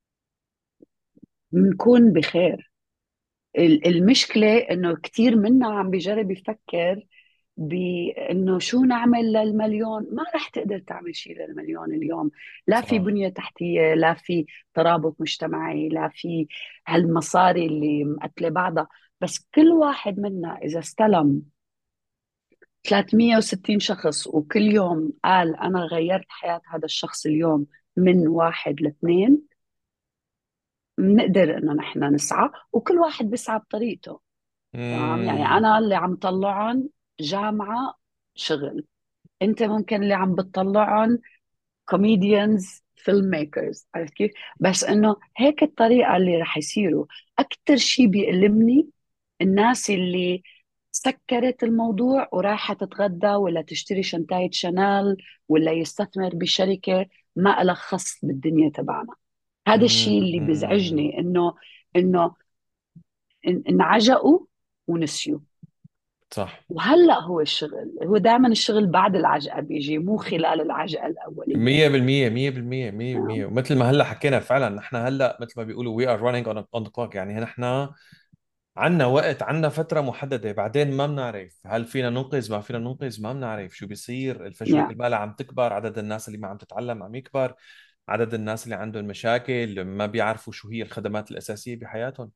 بنكون بخير. ال- المشكلة إنه كثير منا عم بيجرب يفكر بانه شو نعمل للمليون. ما رح تقدر تعمل شيء للمليون اليوم، لا في صح. بنية تحتية، لا في ترابط مجتمعي، لا في هالمصاري اللي مقتلة بعضها. بس كل واحد منا إذا استلم ثلاثمئة وستين شخص وكل يوم قال أنا غيرت حياة هذا الشخص اليوم من واحد لاثنين، بنقدر إنه نحن نسعى، وكل واحد بيسعى بطريقته. تمام؟ يعني امم. أنا اللي عم طلعهم جامعة شغل، انت ممكن اللي عم بتطلعهم كوميديانز فيلم ميكرز. عرفت كيف؟ بس انه هيك الطريقه اللي رح يصيروا. اكثر شيء بيألمني الناس اللي سكرت الموضوع وراحت تتغدى ولا تشتري شنطاية شانيل ولا يستثمر بشركة ما لها خص بالدنيا تبعنا. هذا الشيء اللي مم. بيزعجني، انه انه إن- انعجقوا ونسيوا. صح. وهلا هو الشغل، هو دائما الشغل بعد العجقة بيجي، مو خلال العجقة الأولية. مية بالمية مية بالمية مية بالمية. نعم. ومثل ما هلا حكينا فعلا، نحن هلا مثل ما بيقولوا we are running on, on the clock. يعني نحن عنا وقت، عنا فترة محددة، بعدين ما بنعرف هل فينا ننقذ، ما فينا ننقذ، ما بنعرف شو بيصير. الفجوة يا كل ما عم تكبر، عدد الناس اللي ما عم تتعلم عم يكبر، عدد الناس اللي عندهم مشاكل ما بيعرفوا شو هي الخدمات الأساسية بحياتهم.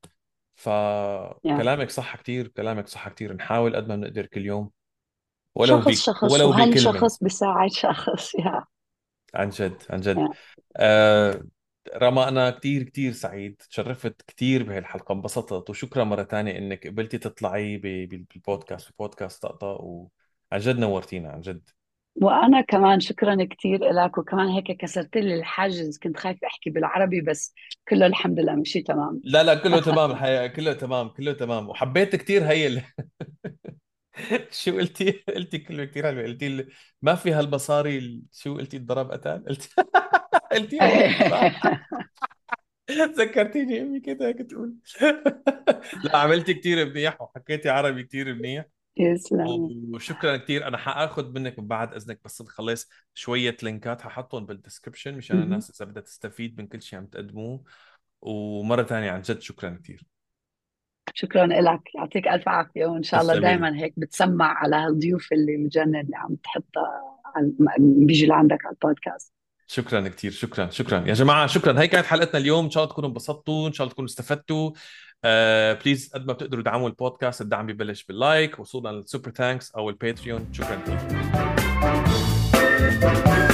يا فكلامك صح كتير، كلامك صح كتير. نحاول قد ما بنقدر كل يوم، ولو شخص بي شخص، ولو وهل بكلمة. شخص بيساعد شخص. يا عن جد، عن جد. يا آه رما، أنا كتير كتير سعيد، تشرفت كتير بهالحلقة، انبسطت. وشكرا مرة تانية إنك قبلتي تطلعي ب- ب- بالبودكاست، بودكاست طقطق. وعن جد نورتينا، عن جد. وأنا كمان شكرا كثير لك، وكمان هيك كسرت لي الحاجز، كنت خايفة أحكي بالعربي بس كله الحمد لله مشي تمام. لا لا، كله تمام الحقيقة، كله تمام، كله تمام. وحبيت كتير هي ال... شو قلتي؟ قلتي كلمة كتير حلوة، قلتي ال... ما في هالمصاري ال- شو قلتي؟ الضرب قتال قلتي. قلتيها هيك صح؟ ذكرتيني امي كده هيك تقول. لا، عملتي كتير منيح وحكيتي عربي كتير منيح. يسلم. وشكرا كثير. انا حاخذ منك من بعد اذنك بس نخلص شويه لينكات، ححطهم بالدسكربشن مشان مهم. الناس اذا بدها تستفيد من كل شيء عم تقدموه. ومره ثانيه عن جد شكرا كثير. شكرا لك، يعطيك ألف عافية، وإن شاء الله تسلمي لي. دائما هيك بتسمع على هالضيوف اللي مجنن اللي عم تحطها على بيجي لعندك على البودكاست. شكرا كثير، شكرا شكرا يا جماعه، شكرا. هي كانت حلقتنا اليوم، ان شاء الله تكونوا انبسطتوا، ان شاء الله تكونوا استفدتوا. آه بليز قد ما بتقدروا دعموا البودكاست. الدعم ببلش باللايك، وصولا للسوبر ثانكس او الباتريون. شكرا كثير.